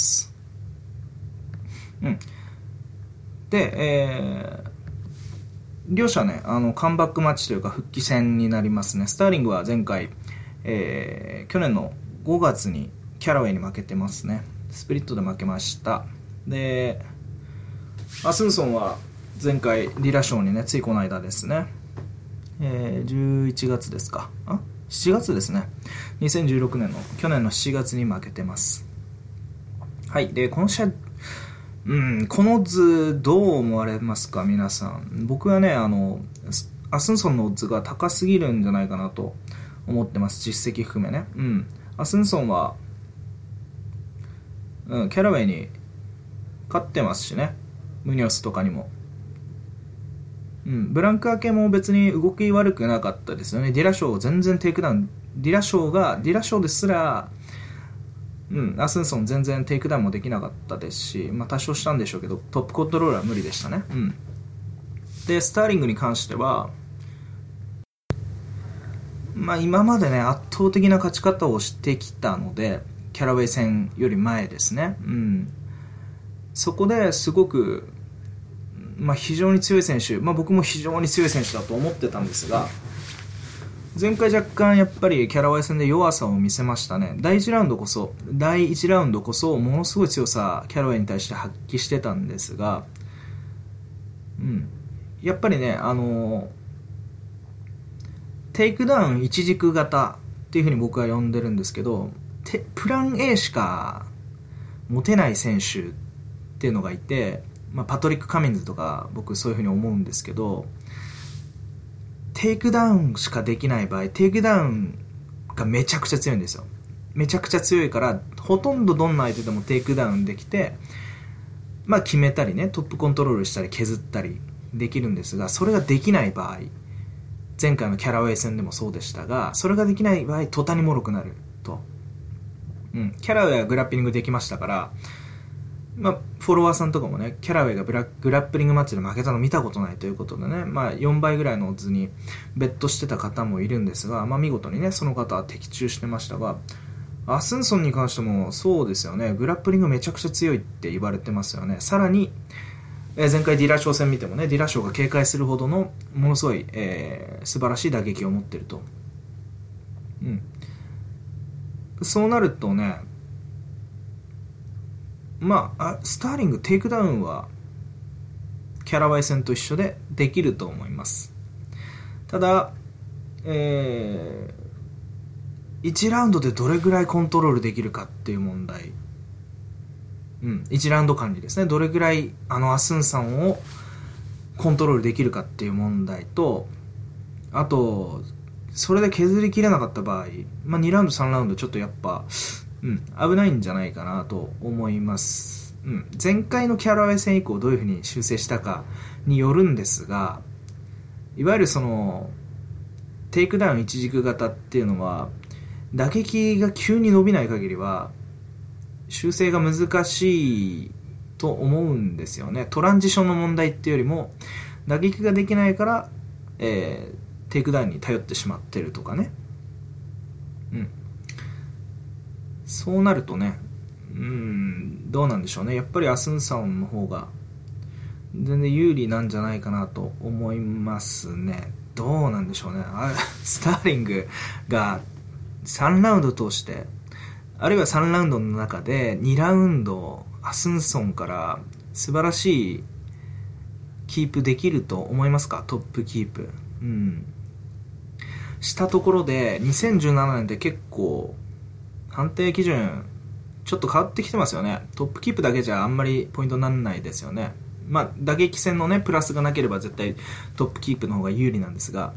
[SPEAKER 1] で、両者ねカムバックマッチというか復帰戦になりますね。スターリングは前回、去年の5月にキャラウェイに負けてますね。スプリットで負けました。でアスンソンは前回リラショーにねついこの間ですね、11月ですか7月ですね。2016年の去年の7月に負けてます。はい。でこの試合この図どう思われますか皆さん。僕はねアスンソンのオッズが高すぎるんじゃないかなと思ってます。実績含めね。アスンソンはキャラウェイに勝ってますしね。ムニョスとかにもブランク明けも別に動き悪くなかったですよね。ディラショー全然テイクダウン、ディラショーですら、アスンソン全然テイクダウンもできなかったですし、多少したんでしょうけど、トップコントロールは無理でしたね。で、スターリングに関しては、今までね、圧倒的な勝ち方をしてきたので、キャラウェイ戦より前ですね。そこですごく、非常に強い選手、僕も非常に強い選手だと思ってたんですが、前回若干やっぱりキャラウェイ戦で弱さを見せましたね。第1ラウンドこそものすごい強さキャラウェイに対して発揮してたんですが、やっぱりね、テイクダウン一軸型っていう風に僕は呼んでるんですけど、プラン A しか持てない選手っていうのがいて、パトリック・カミンズとか僕そういう風に思うんですけど、テイクダウンしかできない場合、テイクダウンがめちゃくちゃ強いんですよ。めちゃくちゃ強いから、ほとんどどんな相手でもテイクダウンできて、決めたりね、トップコントロールしたり削ったりできるんですが、それができない場合、前回のキャラウェイ戦でもそうでしたが、それができない場合途端に脆くなると。キャラウェイはグラップリングできましたから、フォロワーさんとかもね、キャラウェイがグラップリングマッチで負けたの見たことないということでね、4倍ぐらいのオッズにベットしてた方もいるんですが、見事にね、その方は的中してましたが、アスンソンに関してもそうですよね、グラップリングめちゃくちゃ強いって言われてますよね。さらに、前回ディラショー戦見てもね、ディラショーが警戒するほどのものすごい、素晴らしい打撃を持ってると。そうなるとね、スターリングテイクダウンはキャラウェイ戦と一緒でできると思います。ただ、1ラウンドでどれぐらいコントロールできるかっていう問題、1ラウンド間にですね、どれぐらいアスンさんをコントロールできるかっていう問題と、あとそれで削りきれなかった場合、2ラウンド3ラウンドちょっとやっぱ危ないんじゃないかなと思います。前回のキャラウェイ戦以降どういう風に修正したかによるんですが、いわゆるそのテイクダウン一軸型っていうのは打撃が急に伸びない限りは修正が難しいと思うんですよね。トランジションの問題っていうよりも打撃ができないから、テイクダウンに頼ってしまってるとかね。そうなるとね、どうなんでしょうね。やっぱりアスンサオンの方が全然有利なんじゃないかなと思いますね。どうなんでしょうね。スターリングが3ラウンド通して、あるいは3ラウンドの中で2ラウンドアスンソンから素晴らしいキープできると思いますか？トップキープ。したところで2017年で結構判定基準ちょっと変わってきてますよね。トップキープだけじゃあんまりポイントにならないですよね。打撃戦のねプラスがなければ絶対トップキープの方が有利なんですが、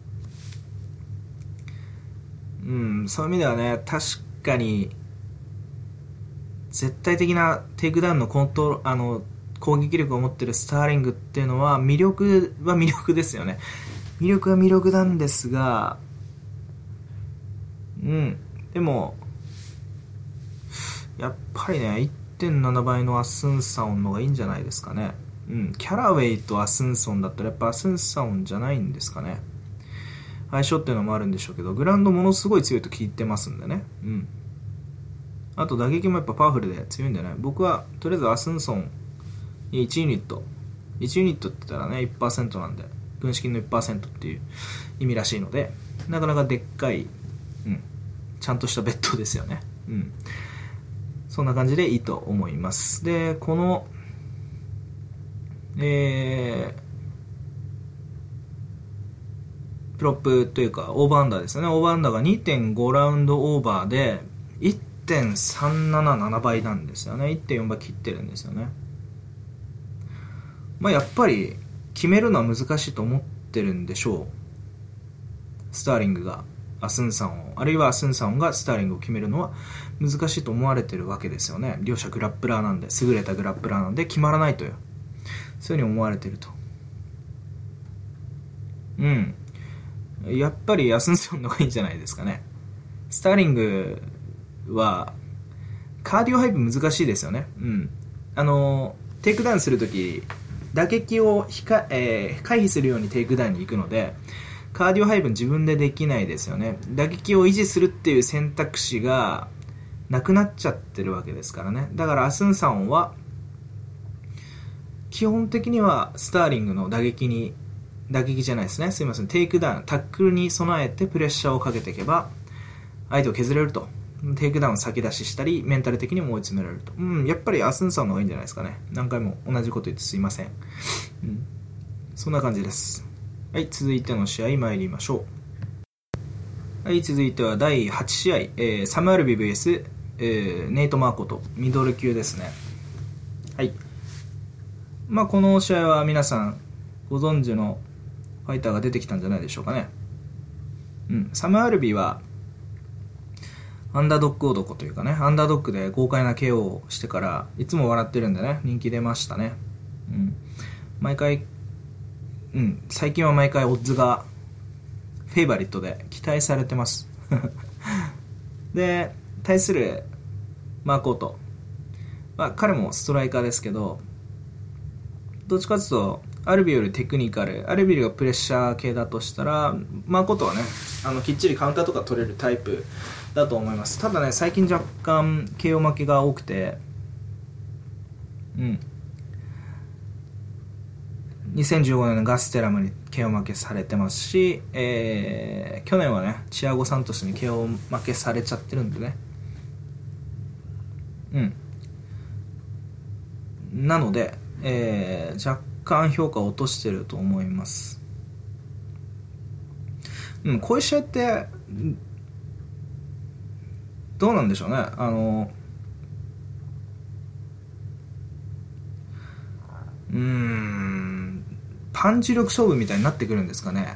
[SPEAKER 1] そういう意味ではね、確かに絶対的なテイクダウンの攻撃力を持ってるスターリングっていうのは魅力ですよね。魅力は魅力なんですが、でもやっぱりね 1.7 倍のアスンサオンの方がいいんじゃないですかね。キャラウェイとアスンソンだったらやっぱアスンサオンじゃないんですかね。相性っていうのもあるんでしょうけど、グラウンドものすごい強いと聞いてますんでね。あと打撃もやっぱパワフルで強いんでね、僕はとりあえずアスンソン1ユニットって言ったらね 1% なんで、軍資金の 1% っていう意味らしいので、なかなかでっかい、ちゃんとしたベッドですよね。そんな感じでいいと思います。で、このプロップというかオーバーアンダーですよね。オーバーアンダーが 2.5 ラウンドオーバーで 1.377 倍なんですよね。 1.4 倍切ってるんですよね。やっぱり決めるのは難しいと思ってるんでしょう。スターリングがアスンサオンを、あるいはアスンサオンがスターリングを決めるのは難しいと思われてるわけですよね。両者グラップラーなんで、優れたグラップラーなんで決まらないという、そういうふうに思われてると。 やっぱりアスンソンの方がいいんじゃないですかね。スターリングはカーディオハイプ難しいですよね。テイクダウンするとき打撃を回避するようにテイクダウンに行くので、カーディオ配分自分でできないですよね。打撃を維持するっていう選択肢がなくなっちゃってるわけですからね。だからアスンサンは基本的にはスターリングの打撃じゃないですね、すいません、テイクダウン、タックルに備えてプレッシャーをかけていけば相手を削れると。テイクダウン先出ししたりメンタル的にも追い詰められると。やっぱりアスンサンの方がいいんじゃないですかね。何回も同じこと言ってすいません。そんな感じです。はい、続いての試合参りましょう。はい、続いては第8試合、サムアルビ vs、ネイト・マーコト、ミドル級ですね。はい、この試合は皆さんご存知のファイターが出てきたんじゃないでしょうかね。サムアルビはアンダードッグ男というかね、アンダードッグで豪快な KO をしてからいつも笑ってるんでね、人気出ましたね。毎回最近は毎回オッズがフェイバリットで期待されてますで、対するマーコート、彼もストライカーですけど、どっちかというとアルビよりテクニカル、アルビがプレッシャー系だとしたら、マーコートはね、きっちりカウンターとか取れるタイプだと思います。ただね、最近若干 KO 負けが多くて、2015年のガステラムに KO 負けされてますし、去年はねチアゴ・サントスに KO 負けされちゃってるんでね。なので、若干評価を落としてると思います。こういう試合ってどうなんでしょうね。パンチ力勝負みたいになってくるんですかね。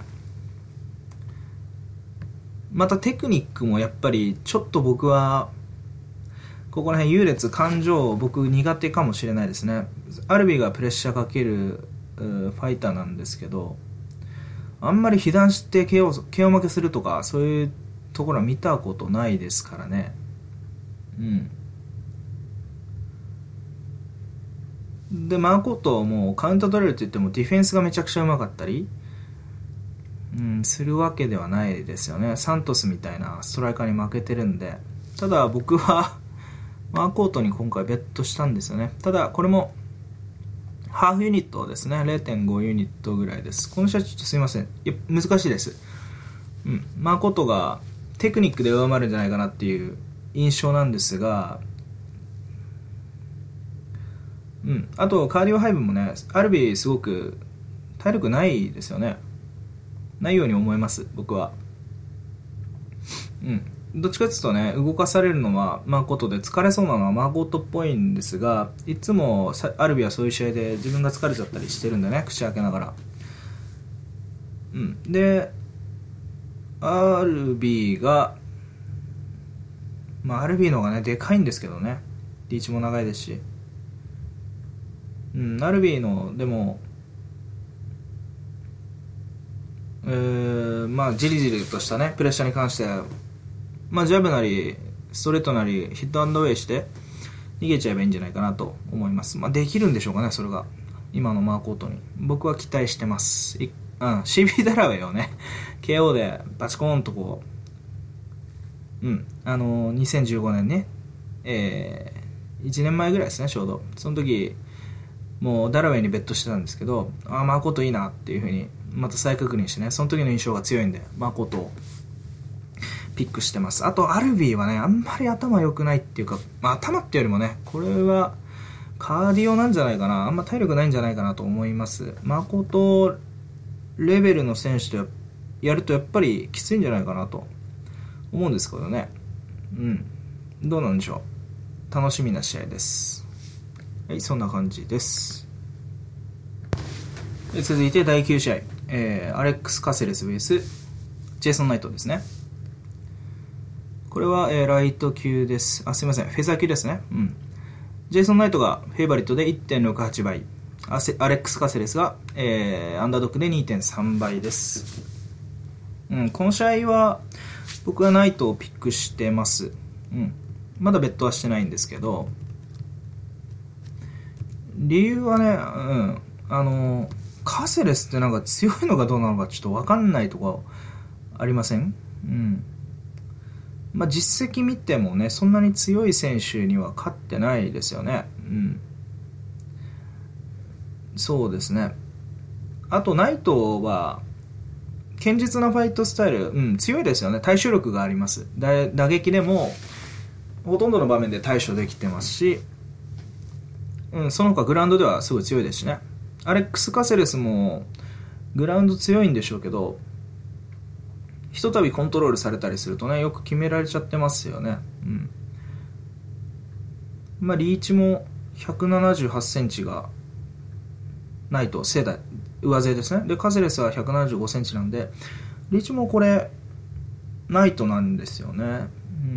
[SPEAKER 1] またテクニックもやっぱりちょっと僕はここら辺優劣感情僕苦手かもしれないですね。アルビがプレッシャーかけるファイターなんですけど、あんまり被弾して KO 負けするとかそういうところは見たことないですからね。でマーコットもカウンター取れるって言ってもディフェンスがめちゃくちゃうまかったり、するわけではないですよね。サントスみたいなストライカーに負けてるんで。ただ僕はマーコートに今回ベットしたんですよね。ただこれもハーフユニットですね。 0.5 ユニットぐらいです。この試合ちょっとすいません、いや難しいです。マーコートがテクニックで上回るんじゃないかなっていう印象なんですが、あとカーディオ配分もね、アルビすごく体力ないですよね。ないように思います僕は。どっちかというとね、動かされるのはマーコートで、疲れそうなのはマーコートっぽいんですが、いつもアルビはそういう試合で自分が疲れちゃったりしてるんでね、口開けながら。でアルビがアルビの方がねでかいんですけどね、リーチも長いですし、アルビのでもじりじりとしたねプレッシャーに関しては、ジャブなりストレートなりヒットアンドウェイして逃げちゃえばいいんじゃないかなと思います。できるんでしょうかね、それが今のマーコートに。僕は期待してます。CB ダラウェイをね KO でバチコーンとこう、2015年ね、1年前ぐらいですねちょうど。その時もうダラウェイにベットしてたんですけど、マーコートいいなっていう風にまた再確認してね、その時の印象が強いんでマーコートをピックしてます。あとアルビーはねあんまり頭良くないっていうか、頭っていうよりもねこれはカーディオなんじゃないかな、あんま体力ないんじゃないかなと思います。マーコートレベルの選手とやるとやっぱりきついんじゃないかなと思うんですけどね。どうなんでしょう、楽しみな試合です。はい、そんな感じです。続いて第9試合、アレックス・カセレス vs ジェイソン・ナイトですね。これは、ライト級です。すいません、フェザー級ですね。ジェイソン・ナイトがフェイバリットで 1.68 倍、 アレックス・カセレスが、アンダードックで 2.3 倍です。この試合は僕はナイトをピックしてます。まだベットはしてないんですけど、理由はね、カセレスってなんか強いのかどうなのかちょっと分かんないとこありません？実績見てもね、そんなに強い選手には勝ってないですよね。そうですね。あとナイトは堅実なファイトスタイル、強いですよね。対処力があります。打撃でもほとんどの場面で対処できてますし、その他グラウンドではすごい強いですしね。アレックス・カセレスもグラウンド強いんでしょうけど、ひとたびコントロールされたりするとね、よく決められちゃってますよね。リーチも178センチがナイト背だ上背ですね。でカセレスは175センチなんで、リーチもこれナイトなんですよね。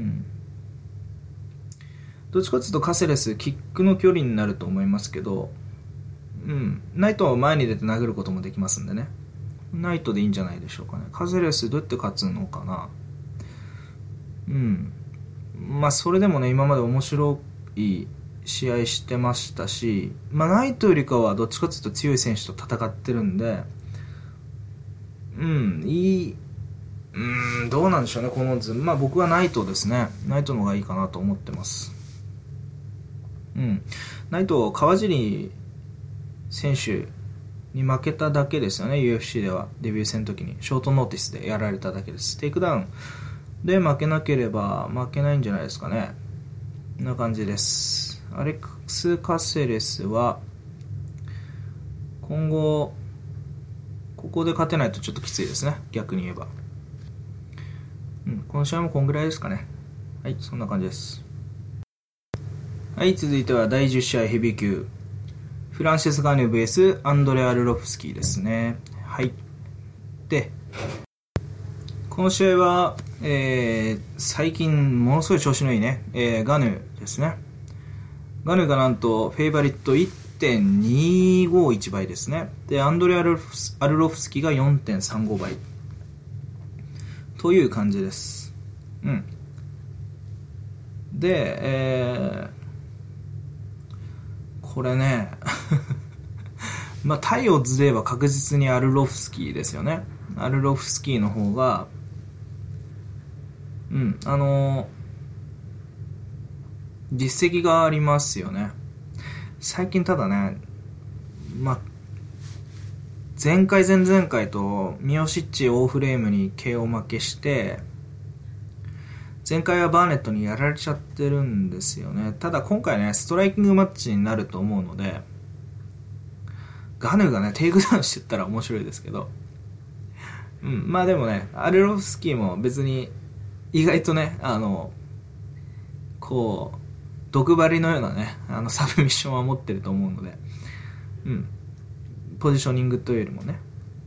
[SPEAKER 1] どっちかというとカセレスキックの距離になると思いますけど、ナイトは前に出て殴ることもできますんでね、ナイトでいいんじゃないでしょうかね。カセレスどうやって勝つのかな。それでもね、今まで面白い試合してましたし、ナイトよりかはどっちかというと強い選手と戦ってるんで、どうなんでしょうね、この図。僕はナイトですね。ナイトの方がいいかなと思ってます。ナイト川尻選手に負けただけですよね。 UFC ではデビュー戦の時にショートノーティスでやられただけです。テイクダウンで負けなければ負けないんじゃないですかね。こんな感じです。アレックス・カセレスは今後ここで勝てないとちょっときついですね、逆に言えば。この試合もこんぐらいですかね。はい、そんな感じです。はい、続いては第10試合ヘビー級、フランシス・ガヌ vs アンドレ・アルロフスキーですね。はい。で、この試合は、最近ものすごい調子のいいね、ガヌですね。ガヌがなんとフェイバリット 1.251 倍ですね。で、アンドレ・アルロフスキーが 4.35 倍という感じです。で、これね対オッズで言えば確実にアルロフスキーですよね。アルロフスキーの方が実績がありますよね。最近ただね、前回前々回とミオシッチオーフレームに KO 負けして、前回はバーネットにやられちゃってるんですよね。ただ今回ね、ストライキングマッチになると思うので、ガヌがねテイクダウンしてったら面白いですけど、でもね、アルロフスキーも別に意外とね、こう毒針のようなね、サブミッションは持ってると思うので、ポジショニングというよりもね、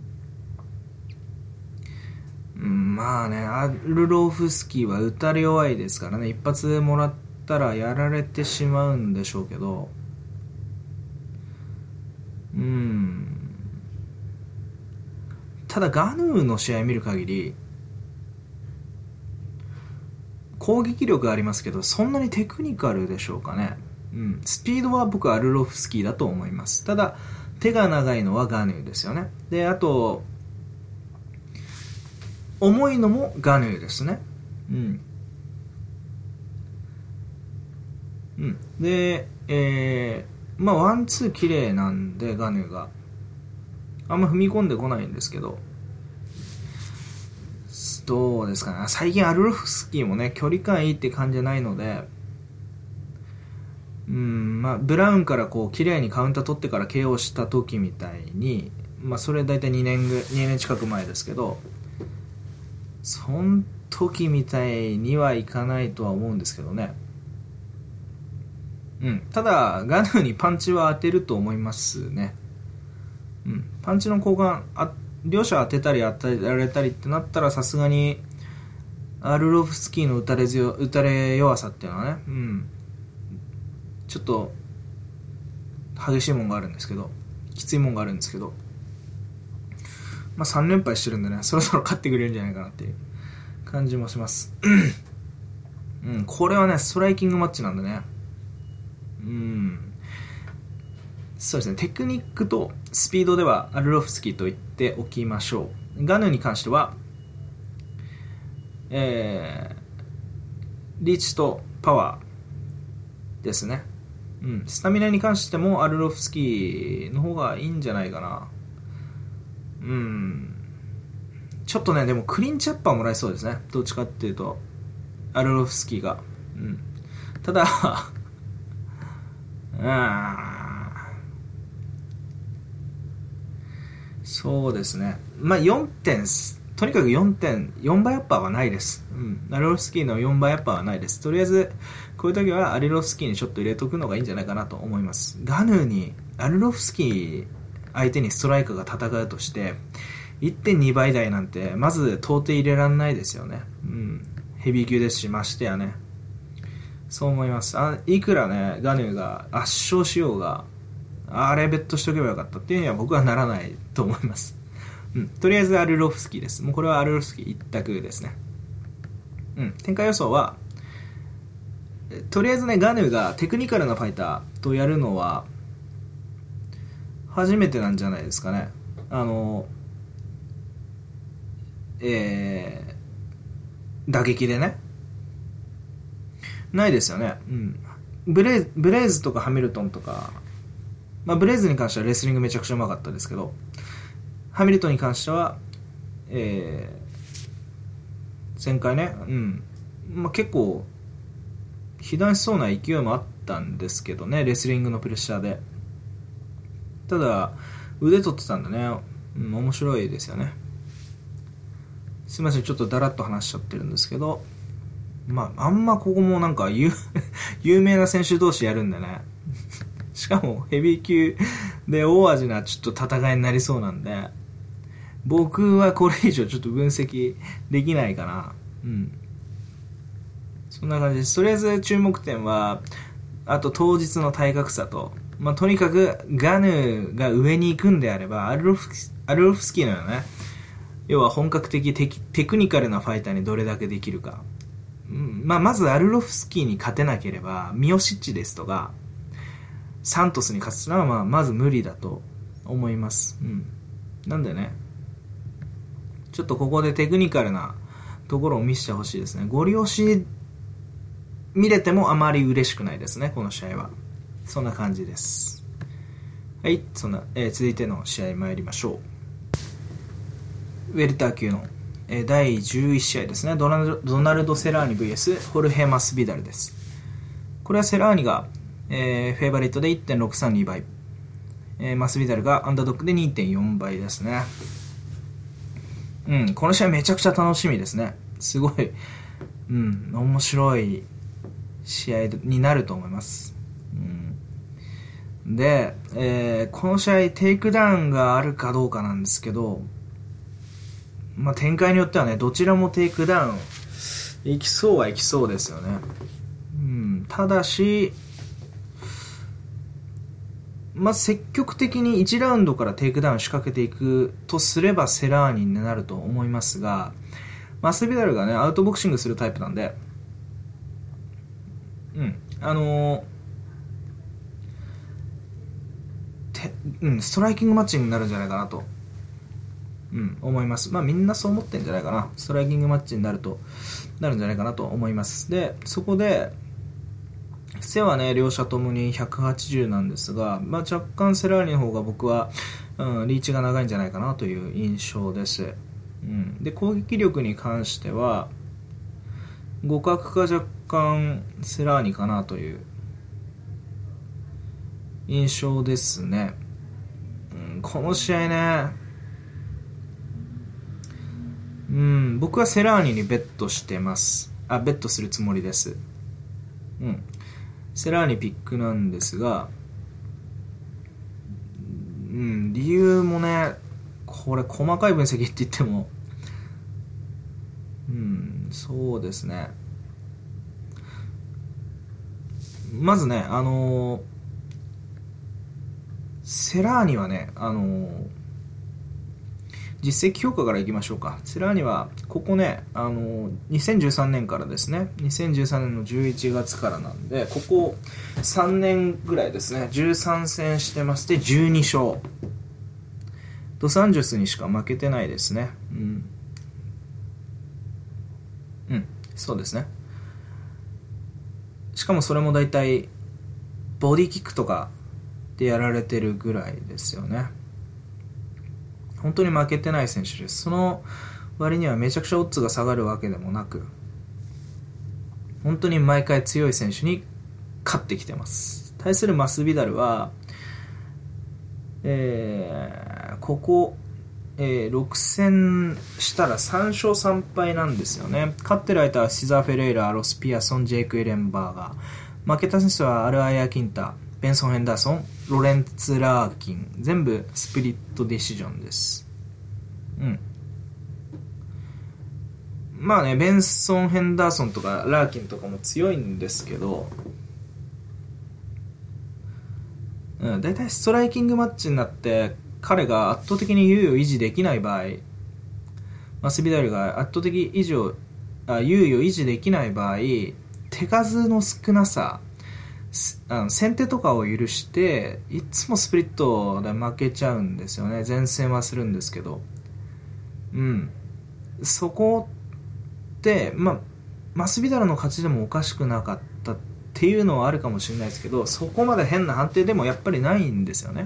[SPEAKER 1] アルロフスキーは打たれ弱いですからね、一発もらったらやられてしまうんでしょうけど、ただガヌーの試合見る限り攻撃力ありますけど、そんなにテクニカルでしょうかね。スピードは僕はアルロフスキーだと思います。ただ手が長いのはガヌーですよね。で、あと重いのもガヌーですね。で、ワンツー綺麗なんで、ガヌーがあんま踏み込んでこないんですけど、どうですかね。最近アルロフスキーもね距離感いいって感じじゃないので、ブラウンからこう綺麗にカウンター取ってから KO した時みたいに、それ大体2年近く前ですけど、そん時みたいにはいかないとは思うんですけどね。ただガヌーにパンチは当てると思いますね。パンチの交換両者当てたり当てられたりってなったら、さすがにアルロフスキーの打たれ弱さっていうのはね、ちょっと激しいもんがあるんですけど、 きついもんがあるんですけど、まあ3連敗してるんでね、そろそろ勝ってくれるんじゃないかなっていう感じもしますこれはねストライキングマッチなんでね、そうですね、テクニックとスピードではアルロフスキーと言っておきましょう。ガヌーに関しては、リーチとパワーですね。スタミナに関してもアルロフスキーの方がいいんじゃないかな。ちょっとね、でもクリンチアッパーもらえそうですね、どっちかっていうとアルロフスキーが。ただそうですね、まあ4点、とにかく4倍アッパーはないです。アルロフスキーの4倍アッパーはないです。とりあえずこういう時はアルロフスキーにちょっと入れとくのがいいんじゃないかなと思います。ガヌーにアルロフスキー相手にストライカーが戦うとして 1.2 倍台なんてまず到底入れられないですよね。ヘビー級ですし、ましてやね、そう思います。いくらねガヌーが圧勝しようが、あれベットしとけばよかったっていうには僕はならないと思います。とりあえずアルロフスキーです。もうこれはアルロフスキー一択ですね。展開予想はとりあえずね、ガヌーがテクニカルなファイターとやるのは初めてなんじゃないですかね。打撃でね、ないですよね。ブレイズとかハミルトンとか、まあブレイズに関してはレスリングめちゃくちゃうまかったですけど、ハミルトンに関しては、前回ね、まあ結構被弾しそうな勢いもあったんですけどね、レスリングのプレッシャーで。ただ腕取ってたんでね、面白いですよね。すいません、ちょっとだらっと話しちゃってるんですけど、まああんまここもなんか有名な選手同士やるんでねしかもヘビー級で大味なちょっと戦いになりそうなんで、僕はこれ以上ちょっと分析できないかな。そんな感じです。とりあえず注目点はあと当日の体格差と、まあ、とにかくガヌーが上に行くんであればアルロフスキーのようなね、要は本格的テクニカルなファイターにどれだけできるか。まずアルロフスキーに勝てなければミオシッチですとかサントスに勝つのはまず無理だと思います。なんでね、ちょっとここでテクニカルなところを見せてほしいですね。ゴリ押し見れてもあまり嬉しくないですね、この試合は。そんな感じです。はい、続いての試合参りましょう。ウェルター級の、第11試合ですね。ドナルド・セラーニ vs ホルヘ・マスビダルです。これはセラーニが、フェイバリットで 1.632 倍、マスビダルがアンダードックで 2.4 倍ですね。この試合めちゃくちゃ楽しみですね。すごい、面白い試合になると思います。で、この試合テイクダウンがあるかどうかなんですけど、まあ、展開によってはね、どちらもテイクダウンいきそうはいきそうですよね。ただし、まあ、積極的に1ラウンドからテイクダウン仕掛けていくとすればセラーニになると思いますが、マスビダルがねアウトボクシングするタイプなんで、ストライキングマッチになるんじゃないかなと、思います。まあみんなそう思ってんじゃないかな。ストライキングマッチになるんじゃないかなと思います。で、そこで背はね両者ともに180なんですが、まあ、若干セラーニの方が僕は、リーチが長いんじゃないかなという印象です。で、攻撃力に関しては互角か若干セラーニかなという印象ですね。この試合ね、僕はセラーニにベットしてます。ベットするつもりです。セラーニピックなんですが、理由もね、これ細かい分析って言っても、そうですね。まずね、 セラーニはね、実績評価からいきましょうか。セラーニはここね、2013年からですね、2013年の11月からなんで、ここ3年ぐらいですね、13戦してます。で12勝、ドサンジョスにしか負けてないですね。そうですね。しかもそれも大体ボディキックとかでやられてるぐらいですよね。本当に負けてない選手です。その割にはめちゃくちゃオッズが下がるわけでもなく、本当に毎回強い選手に勝ってきてます。対するマスビダルは、ここ、6戦したら3勝3敗なんですよね。勝ってる相手はシザー・フェレイラ、ロス・ピアソン、ジェイク・エレンバーガー。負けた選手はアルアイア・キンタ、ベンソン・ヘンダーソン、ロレンツ・ラーキン。全部スプリットディシジョンです。まあね、ベンソン・ヘンダーソンとかラーキンとかも強いんですけど、だいたいストライキングマッチになって彼が圧倒的に優位を維持できない場合、マスビダルが圧倒的優位を維持できない場合、手数の少なさ、先手とかを許していつもスプリットで負けちゃうんですよね。前線はするんですけど、そこってマスビダルの勝ちでもおかしくなかったっていうのはあるかもしれないですけど、そこまで変な判定でもやっぱりないんですよね。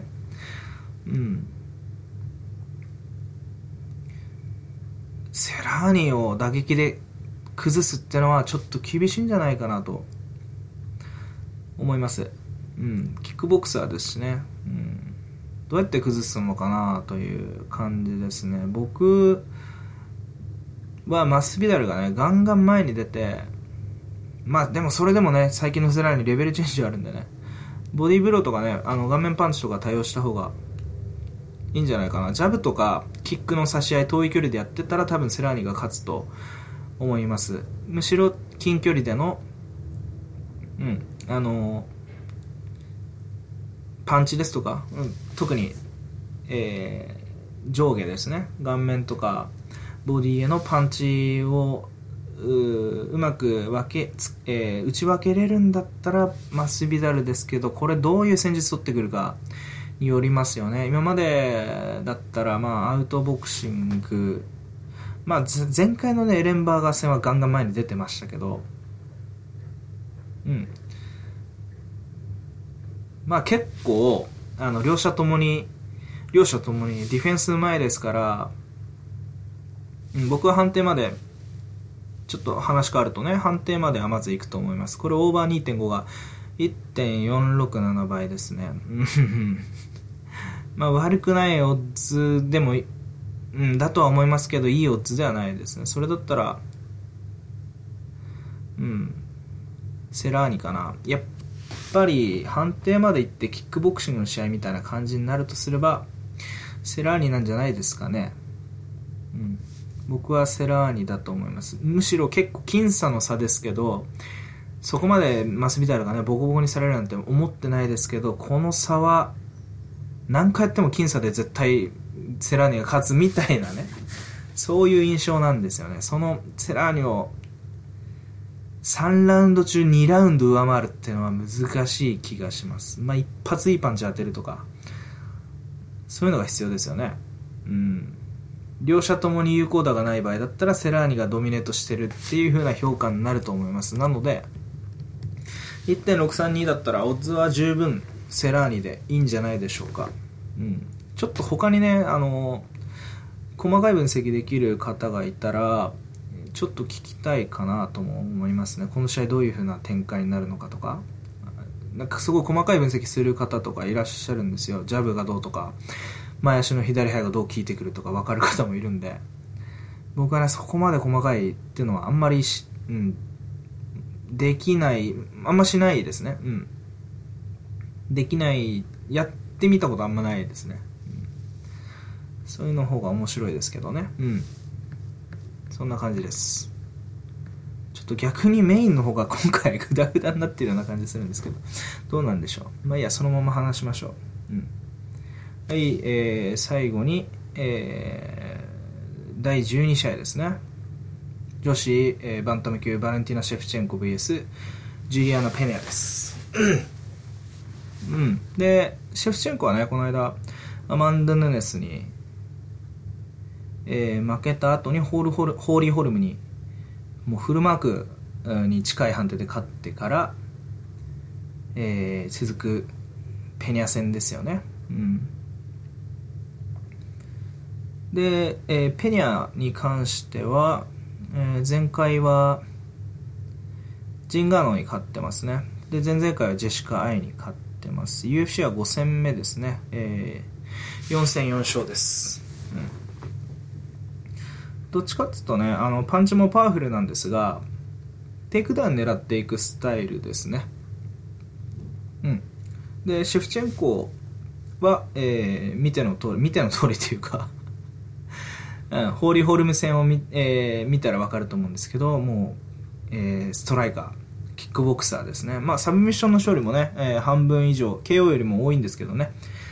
[SPEAKER 1] セラーニを打撃で崩すってのはちょっと厳しいんじゃないかなと思います。キックボクサーですしね。どうやって崩すのかなという感じですね。僕はマスビダルがねガンガン前に出て、でもそれでもね、最近のセラーニレベルチェンジあるんでね、ボディーブローとかね、顔面パンチとか対応した方がいいんじゃないかな。ジャブとかキックの差し合い、遠い距離でやってたら多分セラーニが勝つと思います。むしろ近距離でのパンチですとか、特に、上下ですね、顔面とかボディへのパンチをうまく打ち分けれるんだったらマスビダルですけど、これどういう戦術取ってくるかによりますよね。今までだったらアウトボクシング、前回のねエレンバーガー戦はガンガン前に出てましたけど、結構両者ともにディフェンス前ですから、僕は判定まで、ちょっと話変わるとね、判定まではまずいくと思います。これオーバー 2.5 が 1.467 倍ですね。悪くないオッズでもだとは思いますけど、いいオッズではないですね。それだったらセラーニかな。やっぱり判定まで行ってキックボクシングの試合みたいな感じになるとすればセラーニなんじゃないですかね。僕はセラーニだと思います。むしろ結構僅差の差ですけど、そこまでマスビダルがねボコボコにされるなんて思ってないですけど、この差は何回やっても僅差で絶対セラーニが勝つみたいなね、そういう印象なんですよね。そのセラーニを3ラウンド中2ラウンド上回るっていうのは難しい気がします。一発いいパンチ当てるとか、そういうのが必要ですよね。両者ともに有効打がない場合だったらセラーニがドミネートしてるっていう風な評価になると思います。なので 1.632 だったらオッズは十分セラーニでいいんじゃないでしょうか。ちょっと他にね細かい分析できる方がいたらちょっと聞きたいかなとも思いますね。この試合どういう風な展開になるのかとか、すごい細かい分析する方とかいらっしゃるんですよ。ジャブがどうとか前足の左肺がどう効いてくるとか分かる方もいるんで、僕はねそこまで細かいっていうのはあんまりできない、あんましないですね。できない、やってみたことあんまないですね。そういうの方が面白いですけどね。そんな感じです。ちょっと逆にメインの方が今回グダグダになってるような感じするんですけど、どうなんでしょう。いいや、そのまま話しましょう。 はい、最後に、第12試合ですね。女子、バンタム級バレンティナ・シェフチェンコ VS ジュリアナ・ペニャです、うん、でシェフチェンコはねこの間アマンダ・ヌネスに、負けた後にホーリーホルムにもうフルマークに近い判定で勝ってから、続くペニャ戦ですよね、うん、で、ペニャに関しては、前回はジンガーノに勝ってますね。で前々回はジェシカ・アイに勝ってます。 UFC は5戦目ですね、4戦4勝です、うん、どっちかっていうとねパンチもパワフルなんですがテイクダウン狙っていくスタイルですね、うん、でシェフチェンコは、見ての通りというかホーリーホルム戦を見たら分かると思うんですけどもう、ストライカーキックボクサーですね。まあサブミッションの勝利もね、半分以上 KO よりも多いんですけどね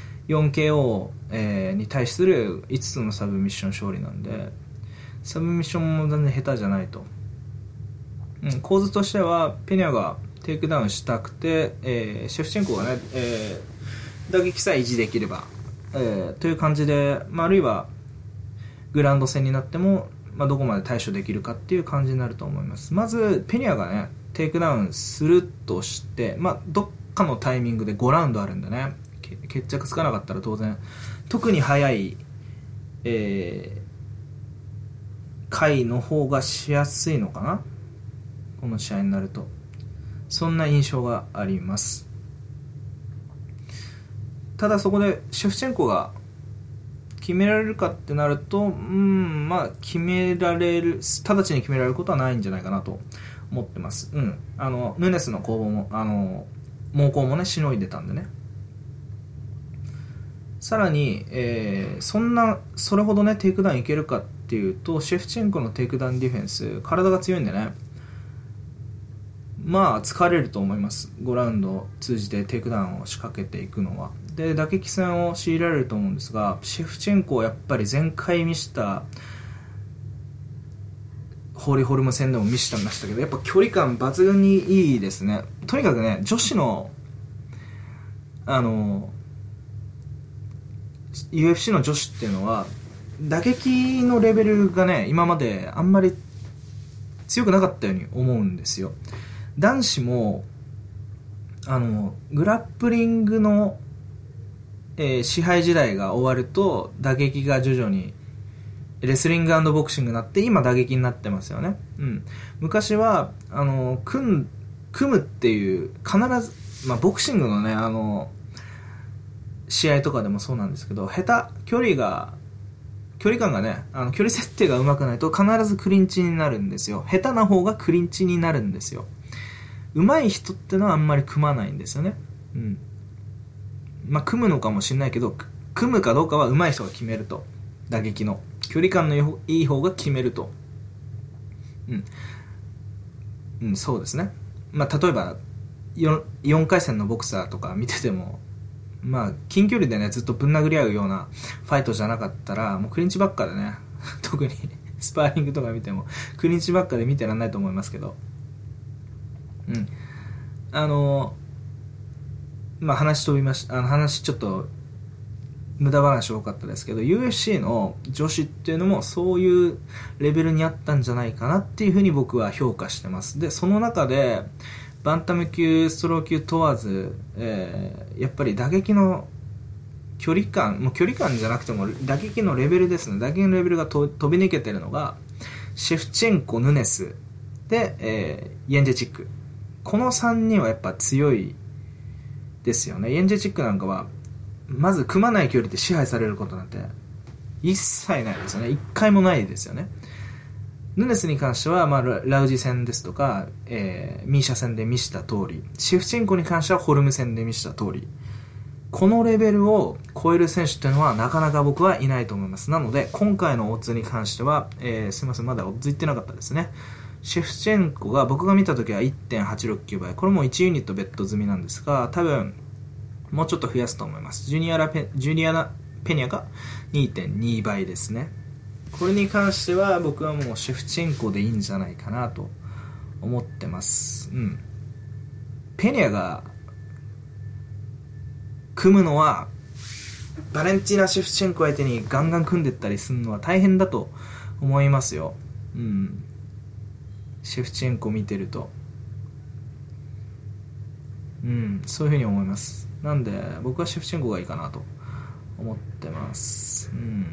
[SPEAKER 1] 4KO、に対する5つのサブミッション勝利なんでサブミッションも全然下手じゃないと、うん、構図としてはペニャがテイクダウンしたくて、シェフチェンコがね、打撃さえ維持できれば、という感じで、まあ、あるいはグラウンド戦になっても、まあ、どこまで対処できるかっていう感じになると思います。まずペニャがねテイクダウンするとして、まあ、どっかのタイミングで5ラウンドあるんでね決着つかなかったら当然特に早い、回の方がしやすいのかなこの試合になるとそんな印象があります。ただそこでシェフチェンコが決められるかってなるとまあ直ちに決められることはないんじゃないかなと思ってます、うん、ヌネスの攻防も猛攻もねしのいでたんでね。さらに、それほどねテイクダウンいけるかっていうとシェフチェンコのテイクダウンディフェンス体が強いんでねまあ疲れると思います。5ラウンドを通じてテイクダウンを仕掛けていくのはで打撃戦を強いられると思うんですがシェフチェンコはやっぱり前回見したホーリーホルム戦でも見せてましたけどやっぱ距離感抜群にいいですね。とにかくね女子のUFC の女子っていうのは打撃のレベルがね今まであんまり強くなかったように思うんですよ。男子もグラップリングの、支配時代が終わると打撃が徐々にレスリング&ボクシングになって今打撃になってますよね、うん、昔は組むっていう必ず、まあ、ボクシングのね試合とかでもそうなんですけど距離感がね距離設定が上手くないと必ずクリンチになるんですよ。下手な方がクリンチになるんですよ。上手い人ってのはあんまり組まないんですよね、うん、まあ組むのかもしれないけど組むかどうかは上手い人が決めると打撃の距離感のいい方が決めると、うん、そうですね。まあ例えば4回戦のボクサーとか見ててもまあ近距離でねずっとぶん殴り合うようなファイトじゃなかったらもうクリンチばっかでね特にスパーリングとか見てもクリンチばっかで見てらんないと思いますけど、うんまあ話ちょっと無駄話多かったですけど UFC の女子っていうのもそういうレベルにあったんじゃないかなっていうふうに僕は評価してます。でその中でバンタム級ストロー級問わず、やっぱり打撃の距離感じゃなくても打撃のレベルですね。打撃のレベルが飛び抜けてるのがシェフチェンコ、ヌネスで、イエンジェチック、この3人はやっぱ強いですよね。イエンジェチックなんかはまず組まない距離で支配されることなんて一切ないですよね。一回もないですよね。ヌネスに関しては、まあ、ラウジ戦ですとか、ミーシャ戦で見せた通り、シェフチェンコに関してはホルム戦で見せた通り、このレベルを超える選手っていうのはなかなか僕はいないと思います。なので今回のオッズに関しては、すいませんまだオッズ言ってなかったですね。シェフチェンコが僕が見た時は 1.869 倍、これも1ユニットベット済みなんですが多分もうちょっと増やすと思います。ジュリアナ・ペニャが 2.2 倍ですね。これに関しては僕はもうシェフチェンコでいいんじゃないかなと思ってます。ペニャが組むのはバレンティナ・シェフチェンコ相手にガンガン組んでったりするのは大変だと思いますよ。シェフチェンコ見てるとそういう風に思います。なんで僕はシェフチェンコがいいかなと思ってます。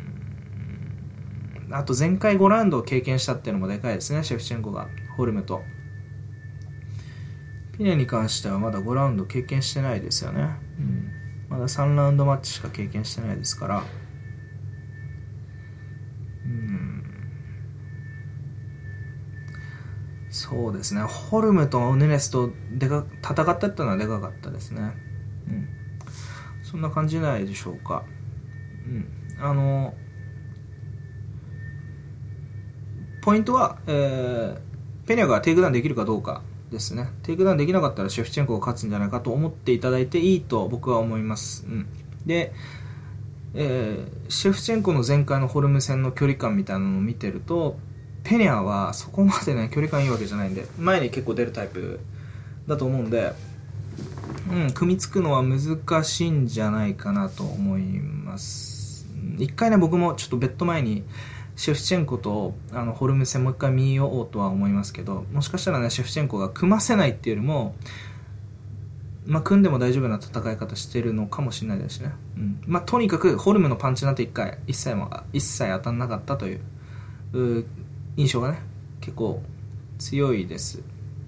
[SPEAKER 1] あと前回5ラウンドを経験したっていうのもでかいですね。シェフチェンコがホルムと。ピネに関してはまだ5ラウンド経験してないですよね。まだ3ラウンドマッチしか経験してないですから。そうですね。ホルムとヌネスと戦ったってのはでかかったですね。そんな感じないでしょうか。ポイントは、ペニャがテイクダウンできるかどうかですね。テイクダウンできなかったらシェフチェンコが勝つんじゃないかと思っていただいていいと僕は思います。で、シェフチェンコの前回のホルム戦の距離感みたいなのを見てると、ペニャはそこまでね距離感いいわけじゃないんで、前に結構出るタイプだと思うんで、組みつくのは難しいんじゃないかなと思います。一回ね僕もちょっとベッド前にシェフチェンコとホルム戦もう一回見ようとは思いますけど、もしかしたらねシェフチェンコが組ませないっていうよりも、組んでも大丈夫な戦い方してるのかもしれないですね。とにかくホルムのパンチなんて一切当たんなかったという印象がね結構強いです。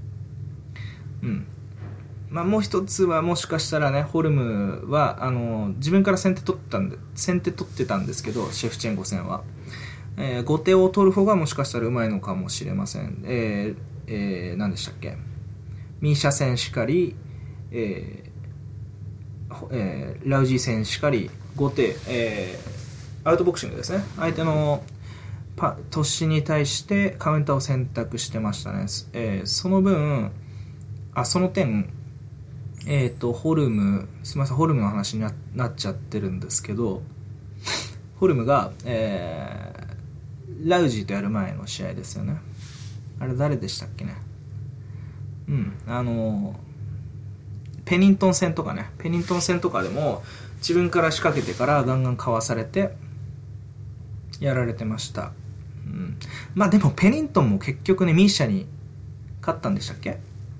[SPEAKER 1] もう一つはもしかしたらね、ホルムは自分から先手取ってたんですけど、シェフチェンコ戦は、後手を取る方がもしかしたらうまいのかもしれません。何でしたっけ、ミーシャ戦しかり、ラウジー戦しかり、後手、アウトボクシングですね、相手の突進に対してカウンターを選択してましたね。その分その点ホルム、すみません、ホルムの話になっちゃってるんですけど、ホルムが、ラウジーとやる前の試合ですよね。あれ誰でしたっけね。ペニントン戦とかでも自分から仕掛けてからガンガンかわされてやられてました。でもペニントンも結局ねミーシャに勝ったんでしたっけ。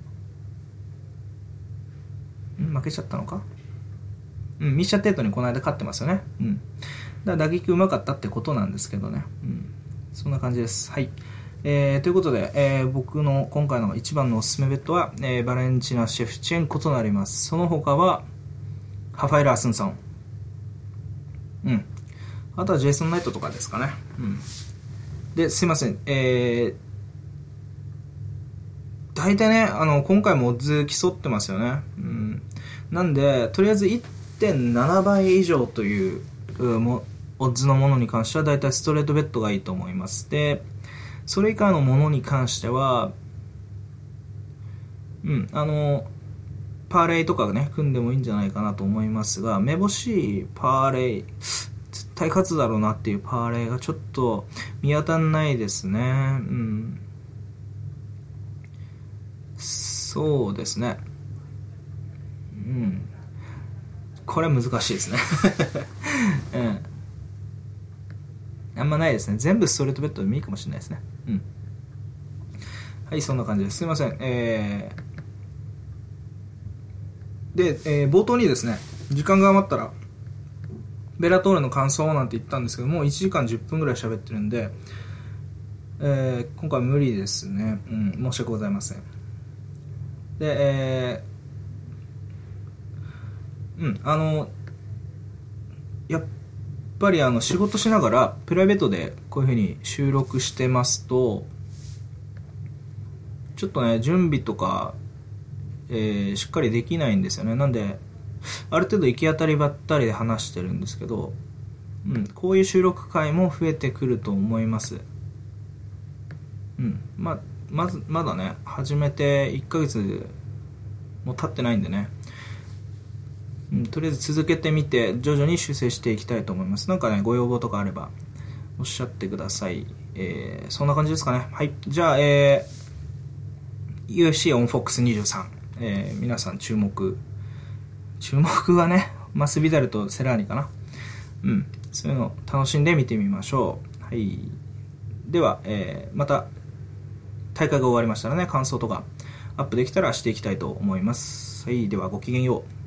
[SPEAKER 1] 負けちゃったのか。ミーシャテートにこの間勝ってますよね。だから打撃うまかったってことなんですけどね。そんな感じです。はい。ということで、僕の今回の一番のおすすめベッドは、バレンチナ・シェフチェンコとなります。その他はハファイル・アスンソン、あとはジェイソン・ナイトとかですかね。ですいません、大体ね今回もオッズ競ってますよね。なんでとりあえず 1.7 倍以上というオッズのものに関しては大体ストレートベッドがいいと思います。でそれ以下のものに関してはパーレイとかね組んでもいいんじゃないかなと思いますが、めぼしいパーレイ絶対勝つだろうなっていうパーレイがちょっと見当たんないですね。そうですね。これ難しいですね。あんまないですね。全部ストレートベッドでもいいかもしれないですね。はい、そんな感じです。すいません。冒頭にですね、時間が余ったらベラトーレの感想なんて言ったんですけども、1時間10分ぐらい喋ってるんで、今回無理ですね。申し訳ございません。で、やっぱり仕事しながらプライベートでこういう風に収録してますと、ちょっとね準備とか、しっかりできないんですよね。なんである程度行き当たりばったりで話してるんですけど、こういう収録回も増えてくると思います。まだね始めて1ヶ月も経ってないんでね、 とりあえず続けてみて徐々に修正していきたいと思います。なんかね、ご要望とかあればおっしゃってください。そんな感じですかね。はい。じゃあ、UFC オンフォックス23、皆さん注目はね、マスビダルとセラーニかな。そういうのを楽しんで見てみましょう。はい。では、また大会が終わりましたらね、感想とかアップできたらしていきたいと思います。はい。ではごきげんよう。